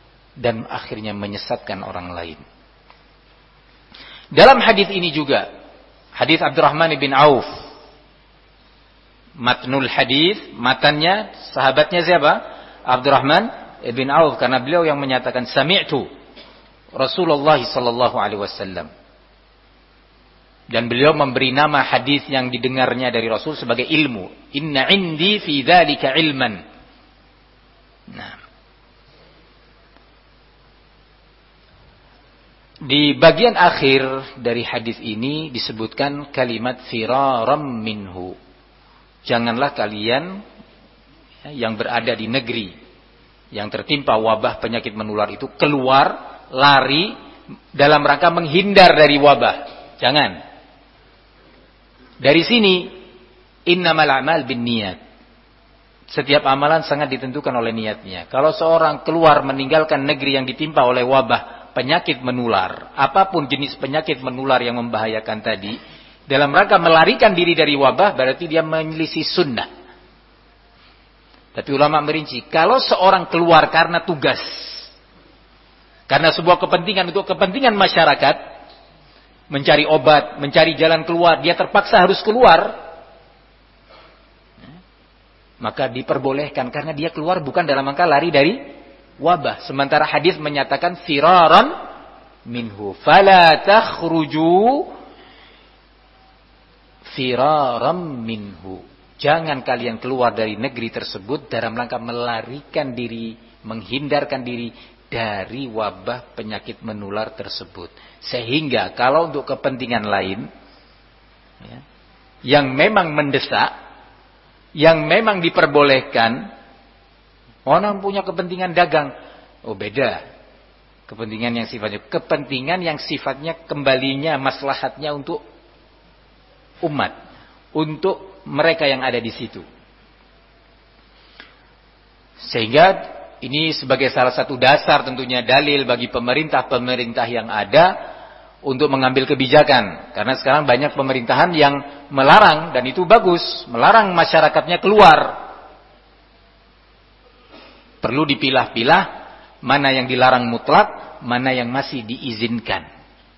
dan akhirnya menyesatkan orang lain. Dalam hadis ini juga Hadis Abdurrahman bin Auf. Matnul hadis, matannya sahabatnya siapa? Abdurrahman bin Auf, karena beliau yang menyatakan sami'tu Rasulullah sallallahu alaihi wasallam. Dan beliau memberi nama hadis yang didengarnya dari Rasul sebagai ilmu. Inna indi fi dzalika ilman. Nah. Di bagian akhir dari hadis ini disebutkan kalimat firaram minhu. Janganlah kalian yang berada di negeri yang tertimpa wabah penyakit menular itu keluar, lari dalam rangka menghindar dari wabah. Jangan. Dari sini innamal a'mal binniyat. Setiap amalan sangat ditentukan oleh niatnya. Kalau seorang keluar meninggalkan negeri yang ditimpa oleh wabah penyakit menular, apapun jenis penyakit menular yang membahayakan tadi, dalam rangka melarikan diri dari wabah, berarti dia menyelisih sunnah. Tapi ulama merinci, kalau seorang keluar karena tugas, karena sebuah kepentingan untuk kepentingan masyarakat, mencari obat, mencari jalan keluar, dia terpaksa harus keluar, maka diperbolehkan karena dia keluar bukan dalam rangka lari dari wabah. Sementara hadis menyatakan firaran minhu, fala takhruju firaram minhu. Jangan kalian keluar dari negeri tersebut dalam rangka melarikan diri, menghindarkan diri dari wabah penyakit menular tersebut. Sehingga kalau untuk kepentingan lain ya, yang memang mendesak, yang memang diperbolehkan, orang punya kepentingan dagang, oh beda. Kepentingan yang sifatnya kembalinya maslahatnya untuk umat, untuk mereka yang ada di situ. Sehingga ini sebagai salah satu dasar tentunya dalil bagi pemerintah-pemerintah yang ada untuk mengambil kebijakan. Karena sekarang banyak pemerintahan yang melarang, dan itu bagus, melarang masyarakatnya keluar. Perlu dipilah-pilah mana yang dilarang mutlak, mana yang masih diizinkan.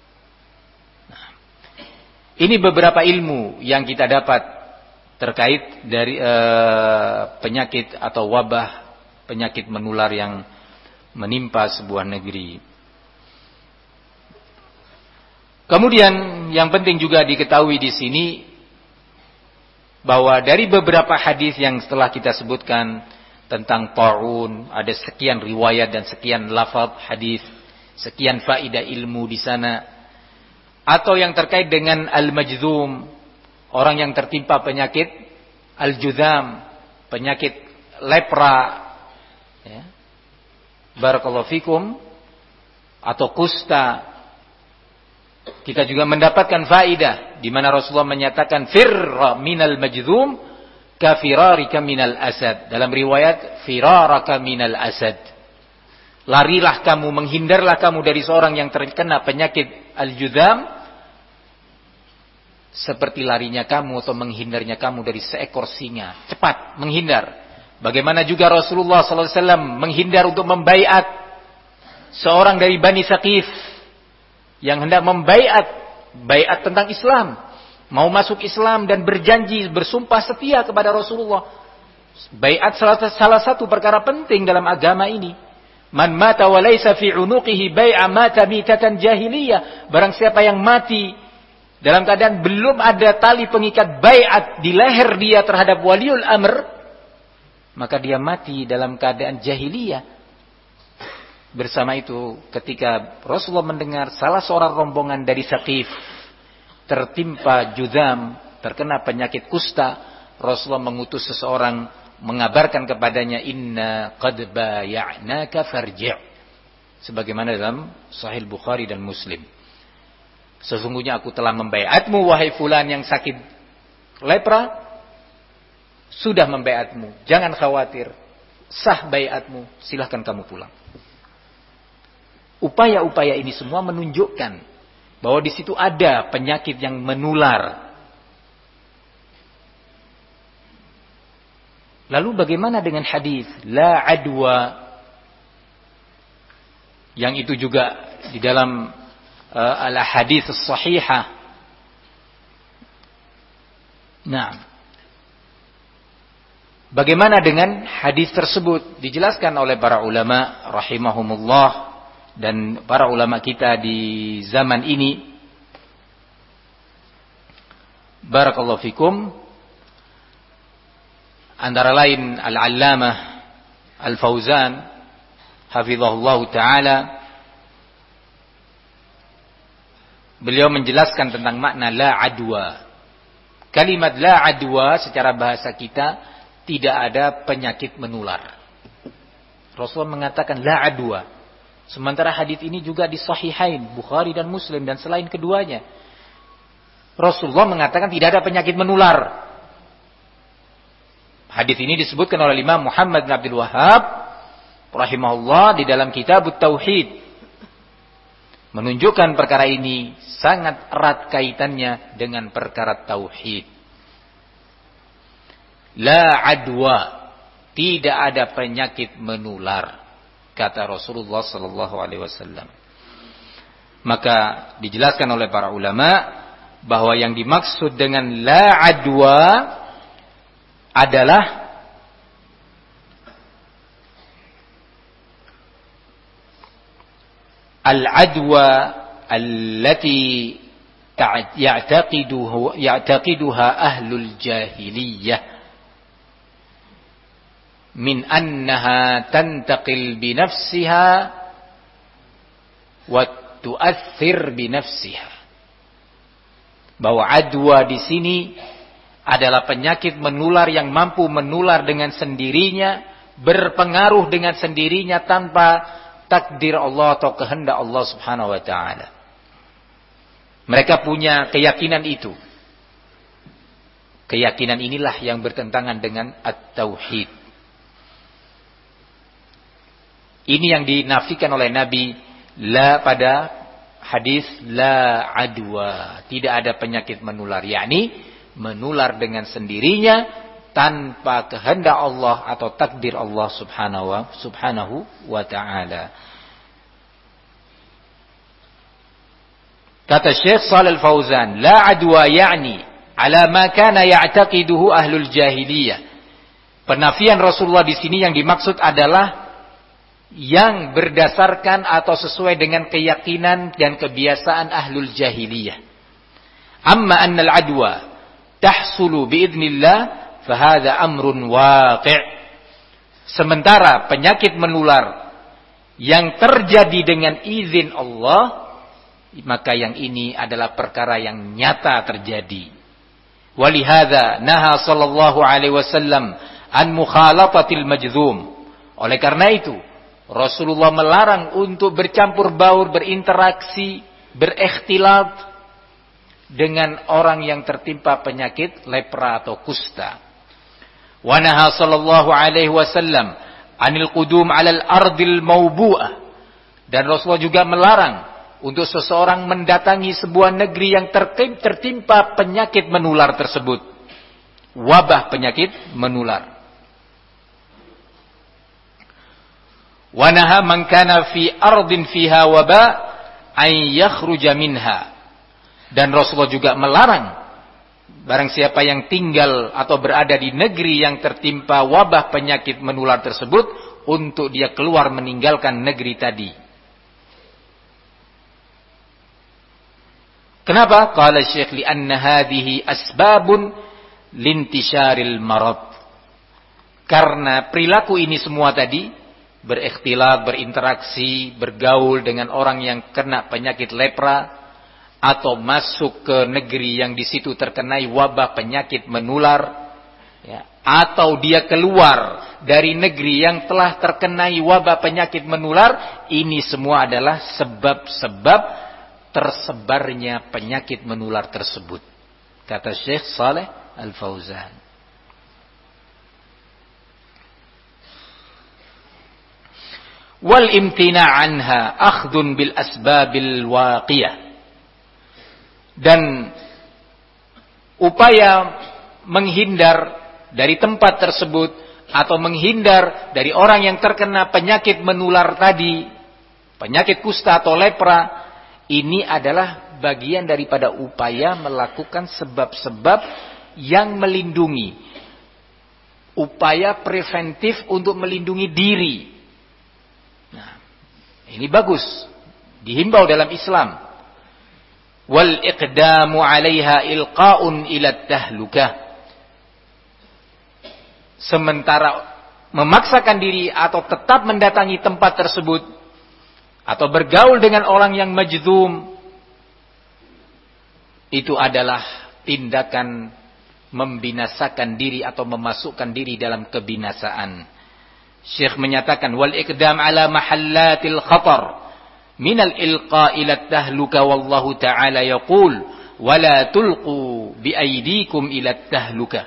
Ini beberapa ilmu yang kita dapat terkait dari penyakit atau wabah penyakit menular yang menimpa sebuah negeri. Kemudian yang penting juga diketahui di sini bahwa dari beberapa hadis yang setelah kita sebutkan tentang ta'un, ada sekian riwayat dan sekian lafaz hadis, sekian faedah ilmu di sana. Atau yang terkait dengan al-majdzum, orang yang tertimpa penyakit al-juzam, penyakit lepra, ya. Barakallahu fikum, atau kusta. Kita juga mendapatkan faedah di mana Rasulullah menyatakan firra minal majdzum ka firarika minal asad. Dalam riwayat firaraka minal asad. Larilah kamu, menghindarlah kamu dari seorang yang terkena penyakit al-juzam seperti larinya kamu atau menghindarnya kamu dari seekor singa. Cepat menghindar. Bagaimana juga Rasulullah SAW menghindar untuk membaiat seorang dari Bani Saqif yang hendak membaiat tentang Islam, mau masuk Islam dan berjanji bersumpah setia kepada Rasulullah. Baiat salah satu perkara penting dalam agama ini. Man mata wa laysa fi unuqihi bai'a mata mitatan jahiliyah. Barang siapa yang mati dalam keadaan belum ada tali pengikat baiat di leher dia terhadap waliul amr, maka dia mati dalam keadaan jahiliyah. Bersama itu, ketika Rasulullah mendengar salah seorang rombongan dari Saqif tertimpa juzam, terkena penyakit kusta, Rasulullah mengutus seseorang mengabarkan kepadanya, inna qad baya'naka farji', sebagaimana dalam Sahih Bukhari dan Muslim. Sesungguhnya aku telah membaiatmu wahai fulan yang sakit lepra, sudah membaiatmu, jangan khawatir, sah baiatmu, silahkan kamu pulang. Upaya-upaya ini semua menunjukkan bahwa di situ ada penyakit yang menular. Lalu bagaimana dengan hadis la adwa, yang itu juga di dalam al-hadits as-sahihah Nah, bagaimana dengan hadis tersebut? Dijelaskan oleh para ulama rahimahumullah dan para ulama kita di zaman ini. Barakallahu fikum. Antara lain Al-Allamah Al-Fauzan hafizahullah ta'ala, beliau menjelaskan tentang makna la adwa. Kalimat la adwa secara bahasa kita tidak ada penyakit menular. Rasulullah mengatakan la adwa. Sementara hadis ini juga di Sahihain Bukhari dan Muslim dan selain keduanya, Rasulullah mengatakan tidak ada penyakit menular. Hadis ini disebutkan oleh Imam Muhammad bin Abdul Wahhab rahimahullah di dalam Kitab Tauhid, menunjukkan perkara ini sangat erat kaitannya dengan perkara tauhid. La adwa, tidak ada penyakit menular, kata Rasulullah sallallahu alaihi wasallam. Maka dijelaskan oleh para ulama bahwa yang dimaksud dengan la adwa adalah al-adwa allati ya'taqiduha ahlul jahiliyah min annaha tantaqil bi nafsiha wa tu'athir bi nafsiha. Bahwa adwa di sini adalah penyakit menular yang mampu menular dengan sendirinya, berpengaruh dengan sendirinya tanpa takdir Allah atau kehendak Allah Subhanahu wa taala. Mereka punya keyakinan itu. Keyakinan inilah yang bertentangan dengan at-tauhid. Ini yang dinafikan oleh Nabi pada hadis la adwa, tidak ada penyakit menular, yakni menular dengan sendirinya tanpa kehendak Allah atau takdir Allah subhanahu wa ta'ala. Kata Syekh Shalih Al-Fauzan, la adwa ya'ni ala ma kana ya'taqiduhu ahlul jahiliyah. Penafian Rasulullah di sini yang dimaksud adalah yang berdasarkan atau sesuai dengan keyakinan dan kebiasaan ahlul jahiliyah. Amma annal adwa tahsulu biidznillah fahadha amrun waqi'. Sementara penyakit menular yang terjadi dengan izin Allah, maka yang ini adalah perkara yang nyata terjadi. Walihadza naha sallallahu alaihi wasallam an mukhalatatil majzum. Oleh karena itu Rasulullah melarang untuk bercampur baur, berinteraksi, berikhtilat dengan orang yang tertimpa penyakit lepra atau kusta. Wa naha sallallahu alaihi wasallam anil qudum 'alal ardil mawbu'ah. Dan Rasulullah juga melarang untuk seseorang mendatangi sebuah negeri yang tertimpa penyakit menular tersebut. Wabah penyakit menular. Wa naha man kana fi ardin fiha waba an yakhruja minha. Dan Rasulullah juga melarang barang siapa yang tinggal atau berada di negeri yang tertimpa wabah penyakit menular tersebut untuk dia keluar meninggalkan negeri tadi. Kenapa? Qala Syekh li'anna hadhihi asbabun lintisharil marad. Karena perilaku ini semua tadi, berikhtilat, berinteraksi, bergaul dengan orang yang kena penyakit lepra, atau masuk ke negeri yang di situ terkenai wabah penyakit menular, ya, atau dia keluar dari negeri yang telah terkenai wabah penyakit menular, ini semua adalah sebab-sebab tersebarnya penyakit menular tersebut, kata Syekh Shalih Al-Fauzan. Wal imtina' anha akhdun bil asbabil waqiyah. Dan upaya menghindar dari tempat tersebut atau menghindar dari orang yang terkena penyakit menular tadi, penyakit kusta atau lepra, ini adalah bagian daripada upaya melakukan sebab-sebab yang melindungi. Upaya preventif untuk melindungi diri. Nah, ini bagus. Dihimbau dalam Islam. Wal iqdamu 'alaiha ilqa'un ila tahlukah. Sementara memaksakan diri atau tetap mendatangi tempat tersebut atau bergaul dengan orang yang majdzum, itu adalah tindakan membinasakan diri atau memasukkan diri dalam kebinasaan. Syekh menyatakan wal iqdam ala mahallatil khatar minal ilqa ila tahluka wallahu ta'ala yaqul wala tulqu bi aydikum ila tahluka.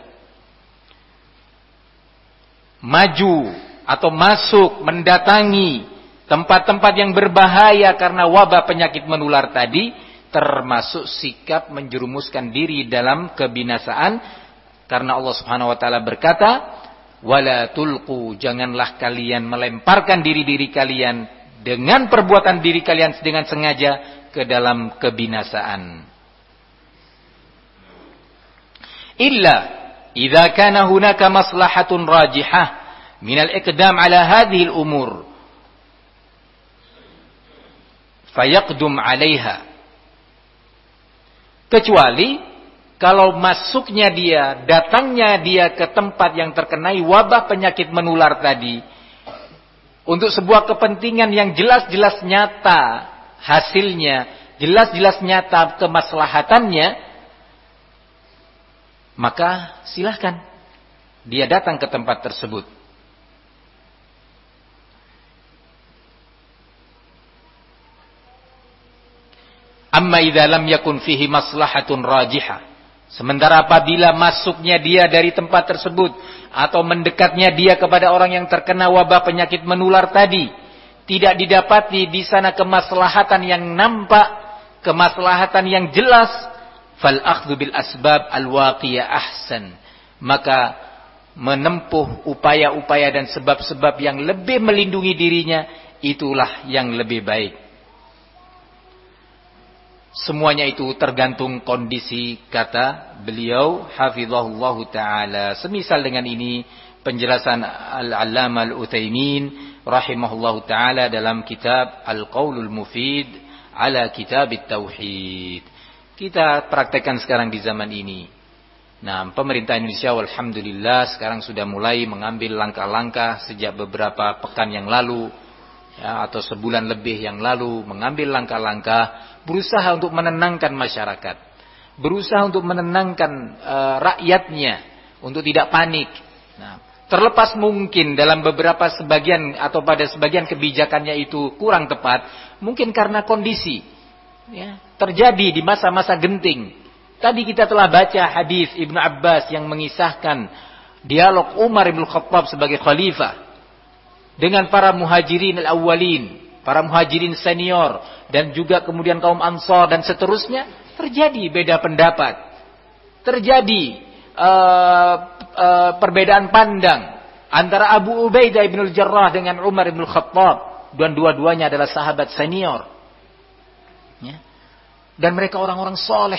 Maju atau masuk mendatangi tempat-tempat yang berbahaya karena wabah penyakit menular tadi, termasuk sikap menjerumuskan diri dalam kebinasaan, karena Allah Subhanahu wa taala berkata, "Wala tulqu," janganlah kalian melemparkan diri-diri kalian dengan perbuatan diri kalian dengan sengaja ke dalam kebinasaan. Illa idza kana hunaka maslahatun rajihah min al-iqdam ala hadhihi al-umur fayaqdum 'alaiha. Kecuali kalau masuknya dia, datangnya dia ke tempat yang terkenai wabah penyakit menular tadi untuk sebuah kepentingan yang jelas-jelas nyata hasilnya, jelas-jelas nyata kemaslahatannya, maka silahkan dia datang ke tempat tersebut. Amma idza lam yakun fihi maslahatun rajihah. Sementara apabila masuknya dia dari tempat tersebut atau mendekatnya dia kepada orang yang terkena wabah penyakit menular tadi, tidak didapati di sana kemaslahatan yang nampak, kemaslahatan yang jelas, fal akhdhu bil asbab al waqiyah ahsan. Maka menempuh upaya-upaya dan sebab-sebab yang lebih melindungi dirinya, itulah yang lebih baik. Semuanya itu tergantung kondisi, kata beliau hafizahullahu ta'ala. Semisal dengan ini penjelasan Al-Allamah Al-Utsaimin rahimahullahu ta'ala dalam kitab Al-Qaulul Mufid ala Kitab Tauhid. Kita praktekkan sekarang di zaman ini. Nah, pemerintah Indonesia alhamdulillah sekarang sudah mulai mengambil langkah-langkah sejak beberapa pekan yang lalu, ya, atau sebulan lebih yang lalu, mengambil langkah-langkah berusaha untuk menenangkan masyarakat, berusaha untuk menenangkan rakyatnya untuk tidak panik. Nah, terlepas mungkin dalam beberapa sebagian atau pada sebagian kebijakannya itu kurang tepat, mungkin karena kondisi, ya, terjadi di masa-masa genting. Tadi kita telah baca hadis Ibnu Abbas yang mengisahkan dialog Umar bin Khattab sebagai khalifah dengan para muhajirin al-awwalin, para muhajirin senior, dan juga kemudian kaum Ansar dan seterusnya. Terjadi beda pendapat, terjadi perbedaan pandang antara Abu Ubaidah bin Al-Jarrah dengan Umar bin Khattab, dan dua-duanya adalah sahabat senior, ya. Dan mereka orang-orang soleh.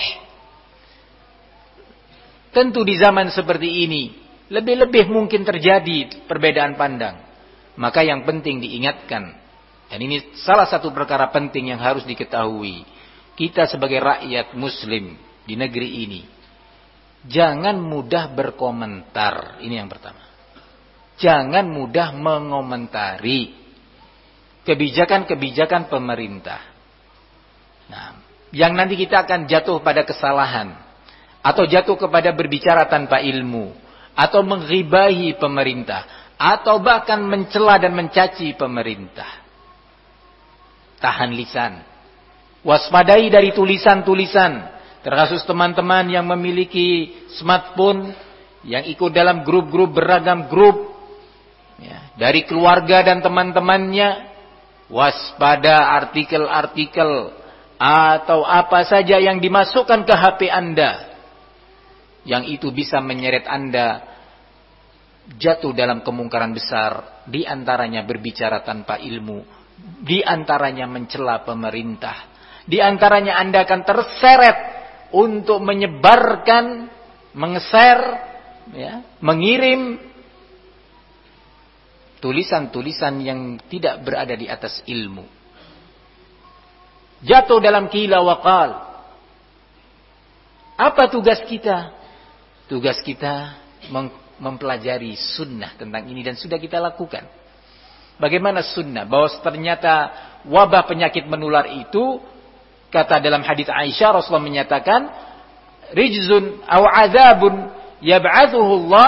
Tentu di zaman seperti ini lebih-lebih mungkin terjadi perbedaan pandang. Maka yang penting diingatkan, dan ini salah satu perkara penting yang harus diketahui, kita sebagai rakyat muslim di negeri ini, jangan mudah berkomentar. Ini yang pertama. Jangan mudah mengomentari kebijakan-kebijakan pemerintah. Nah, yang nanti kita akan jatuh pada kesalahan, atau jatuh kepada berbicara tanpa ilmu, atau mengghibahi pemerintah, atau bahkan mencela dan mencaci pemerintah. Tahan lisan. Waspadai dari tulisan-tulisan. Terkhusus teman-teman yang memiliki smartphone, yang ikut dalam grup-grup, beragam grup, ya, dari keluarga dan teman-temannya. Waspada artikel-artikel atau apa saja yang dimasukkan ke HP Anda, yang itu bisa menyeret Anda jatuh dalam kemungkaran besar. Di antaranya berbicara tanpa ilmu, di antaranya mencela pemerintah, di antaranya Anda akan terseret untuk menyebarkan mengirim tulisan-tulisan yang tidak berada di atas ilmu. Jatuh dalam qila wa qal. Apa tugas kita? Tugas kita mempelajari sunnah tentang ini dan sudah kita lakukan. Bagaimana sunnah? Bahwa ternyata wabah penyakit menular itu, kata dalam hadits Aisyah, Rasulullah menyatakan, rijzun aw adzabun yab'athuhu Allah,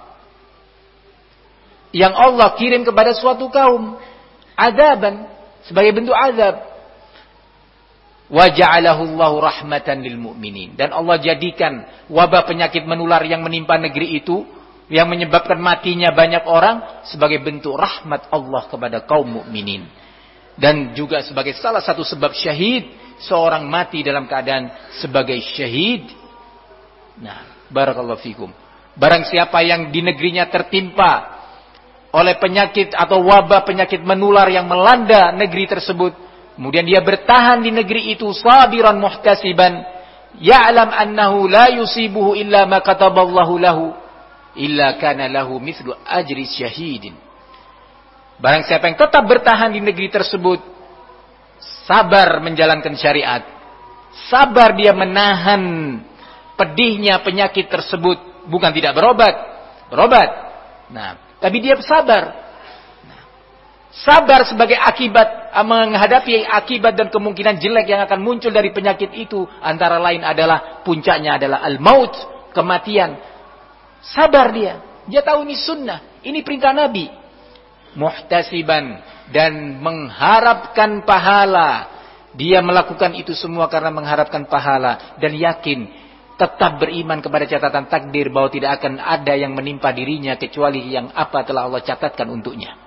yang Allah kirim kepada suatu kaum, adzaban, sebagai bentuk azab. Wa ja'alahu Allahu rahmatan lil mu'minin, dan Allah jadikan wabah penyakit menular yang menimpa negeri itu, yang menyebabkan matinya banyak orang, sebagai bentuk rahmat Allah kepada kaum mukminin, dan juga sebagai salah satu sebab syahid, seorang mati dalam keadaan sebagai syahid. Nah, barakallahu fikum. Barang siapa yang di negerinya tertimpa oleh penyakit atau wabah penyakit menular yang melanda negeri tersebut, kemudian dia bertahan di negeri itu sabiran muhtasiban, ya'lam annahu la yusibuhu illa ma kataballahu lahu, illa kana lahu mithlu ajri syahidin. Barang siapa yang tetap bertahan di negeri tersebut, sabar menjalankan syariat, sabar dia menahan pedihnya penyakit tersebut, bukan tidak berobat, nah, tapi dia sabar. Sabar sebagai akibat, menghadapi akibat dan kemungkinan jelek yang akan muncul dari penyakit itu, antara lain adalah puncaknya adalah al-maut, kematian. Sabar dia tahu ini sunnah, ini perintah Nabi. Muhtasiban, dan mengharapkan pahala. Dia melakukan itu semua karena mengharapkan pahala dan yakin, tetap beriman kepada catatan takdir bahwa tidak akan ada yang menimpa dirinya kecuali yang apa telah Allah catatkan untuknya.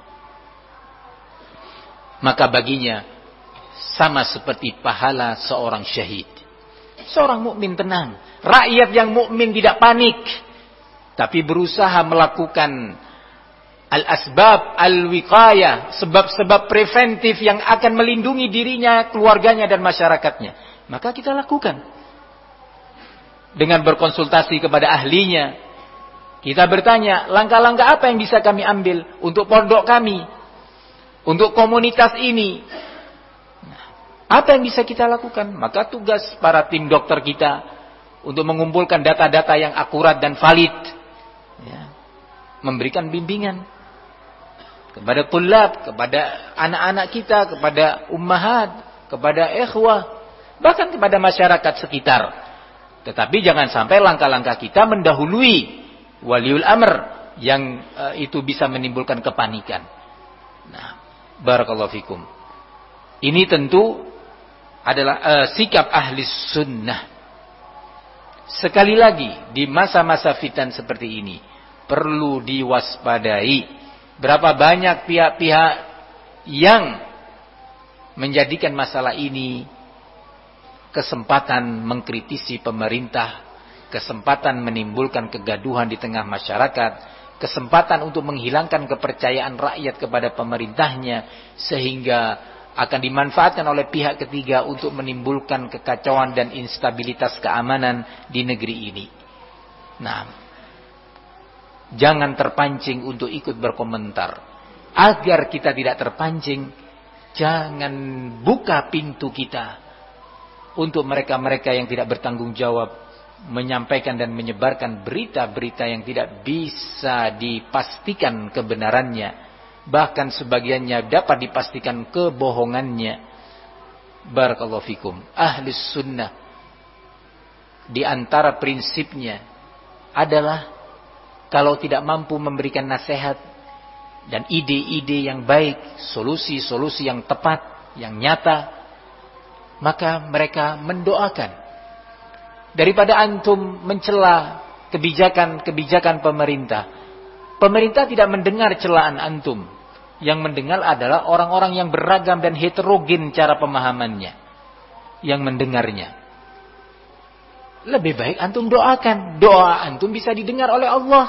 Maka baginya sama seperti pahala seorang syahid. Seorang mukmin tenang, rakyat yang mukmin tidak panik, tapi berusaha melakukan al-asbab al-wiqayah, sebab-sebab preventif yang akan melindungi dirinya, keluarganya dan masyarakatnya. Maka kita lakukan dengan berkonsultasi kepada ahlinya. Kita bertanya, langkah-langkah apa yang bisa kami ambil untuk pondok kami, untuk komunitas ini. Apa yang bisa kita lakukan? Maka tugas para tim dokter kita untuk mengumpulkan data-data yang akurat dan valid, memberikan bimbingan kepada tulab, kepada anak-anak kita, kepada ummahat, kepada ikhwah, bahkan kepada masyarakat sekitar. Tetapi jangan sampai langkah-langkah kita mendahului waliul amr yang itu bisa menimbulkan kepanikan. Nah, barakallahu fikum. Ini tentu adalah sikap ahli sunnah. Sekali lagi, di masa-masa fitan seperti ini perlu diwaspadai. Berapa banyak pihak-pihak yang menjadikan masalah ini kesempatan mengkritisi pemerintah, kesempatan menimbulkan kegaduhan di tengah masyarakat, kesempatan untuk menghilangkan kepercayaan rakyat kepada pemerintahnya, sehingga akan dimanfaatkan oleh pihak ketiga untuk menimbulkan kekacauan dan instabilitas keamanan di negeri ini. Nah, jangan terpancing untuk ikut berkomentar. Agar kita tidak terpancing, jangan buka pintu kita untuk mereka-mereka yang tidak bertanggung jawab menyampaikan dan menyebarkan berita-berita yang tidak bisa dipastikan kebenarannya, bahkan sebagiannya dapat dipastikan kebohongannya. Barakallahu fikum. Ahli sunnah di antara prinsipnya adalah kalau tidak mampu memberikan nasihat dan ide-ide yang baik, solusi-solusi yang tepat, yang nyata, maka mereka mendoakan. Daripada antum mencela kebijakan-kebijakan pemerintah, pemerintah tidak mendengar celaan antum. Yang mendengar adalah orang-orang yang beragam dan heterogen cara pemahamannya yang mendengarnya. Lebih baik antum doakan. Doa antum bisa didengar oleh Allah.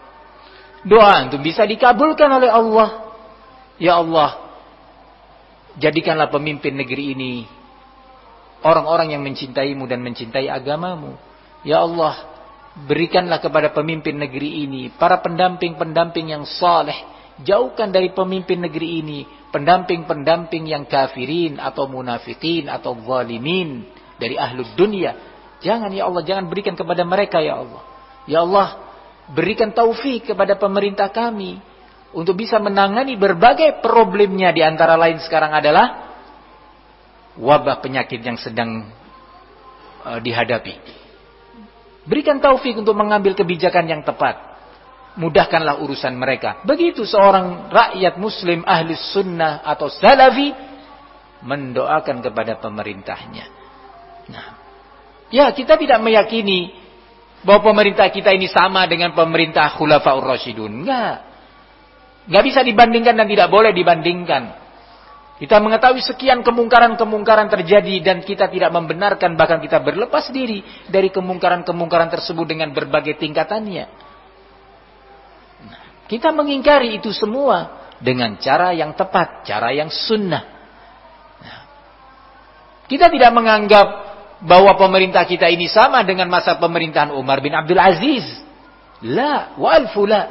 Doa antum bisa dikabulkan oleh Allah. Ya Allah, jadikanlah pemimpin negeri ini orang-orang yang mencintaimu dan mencintai agamamu. Ya Allah, berikanlah kepada pemimpin negeri ini para pendamping-pendamping yang saleh. Jauhkan dari pemimpin negeri ini pendamping-pendamping yang kafirin atau munafikin atau zalimin dari ahlud dunia. Jangan ya Allah, jangan berikan kepada mereka ya Allah. Ya Allah, berikan taufik kepada pemerintah kami untuk bisa menangani berbagai problemnya, di antara lain sekarang adalah wabah penyakit yang sedang dihadapi. Berikan taufik untuk mengambil kebijakan yang tepat. Mudahkanlah urusan mereka. Begitu seorang rakyat muslim ahli sunnah atau salafi mendoakan kepada pemerintahnya. Nah, ya, kita tidak meyakini bahwa pemerintah kita ini sama dengan pemerintah Khulafaur Rasyidun. Enggak bisa dibandingkan dan tidak boleh dibandingkan. Kita mengetahui sekian kemungkaran-kemungkaran terjadi dan kita tidak membenarkan, bahkan kita berlepas diri dari kemungkaran-kemungkaran tersebut dengan berbagai tingkatannya. Nah, kita mengingkari itu semua dengan cara yang tepat, cara yang sunnah. Nah, kita tidak menganggap bahwa pemerintah kita ini sama dengan masa pemerintahan Umar bin Abdul Aziz. La wa alfu la.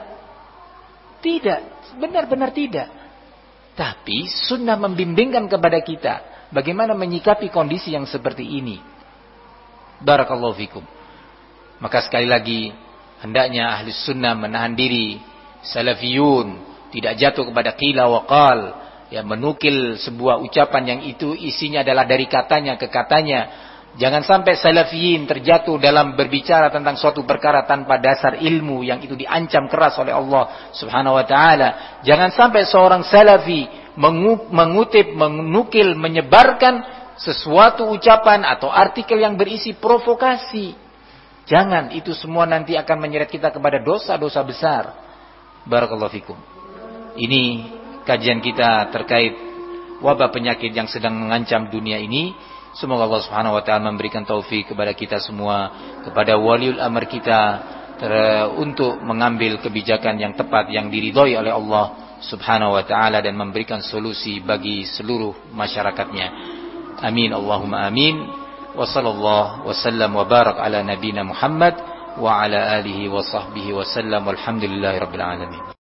Tidak, benar-benar tidak. Tapi sunnah membimbingkan kepada kita bagaimana menyikapi kondisi yang seperti ini. Barakallahu fikum. Maka sekali lagi, hendaknya ahli sunnah menahan diri, salafiyun tidak jatuh kepada qila wa qal, ya, menukil sebuah ucapan yang itu isinya adalah dari katanya ke katanya. Jangan sampai salafiyin terjatuh dalam berbicara tentang suatu perkara tanpa dasar ilmu yang itu diancam keras oleh Allah Subhanahu wa taala. Jangan sampai seorang salafi mengutip, menukil, menyebarkan sesuatu ucapan atau artikel yang berisi provokasi. Jangan, itu semua nanti akan menyeret kita kepada dosa-dosa besar. Barakallahu fikum. Ini kajian kita terkait wabah penyakit yang sedang mengancam dunia ini. Semoga Allah Subhanahu wa taala memberikan taufik kepada kita semua, kepada waliul amr kita untuk mengambil kebijakan yang tepat yang diridhoi oleh Allah Subhanahu wa taala dan memberikan solusi bagi seluruh masyarakatnya. Amin Allahumma amin. Wa sallallahu wasallam wa barak ala nabina Muhammad wa ala alihi wa sahbihi wa sallam. Walhamdulillahirabbil alamin.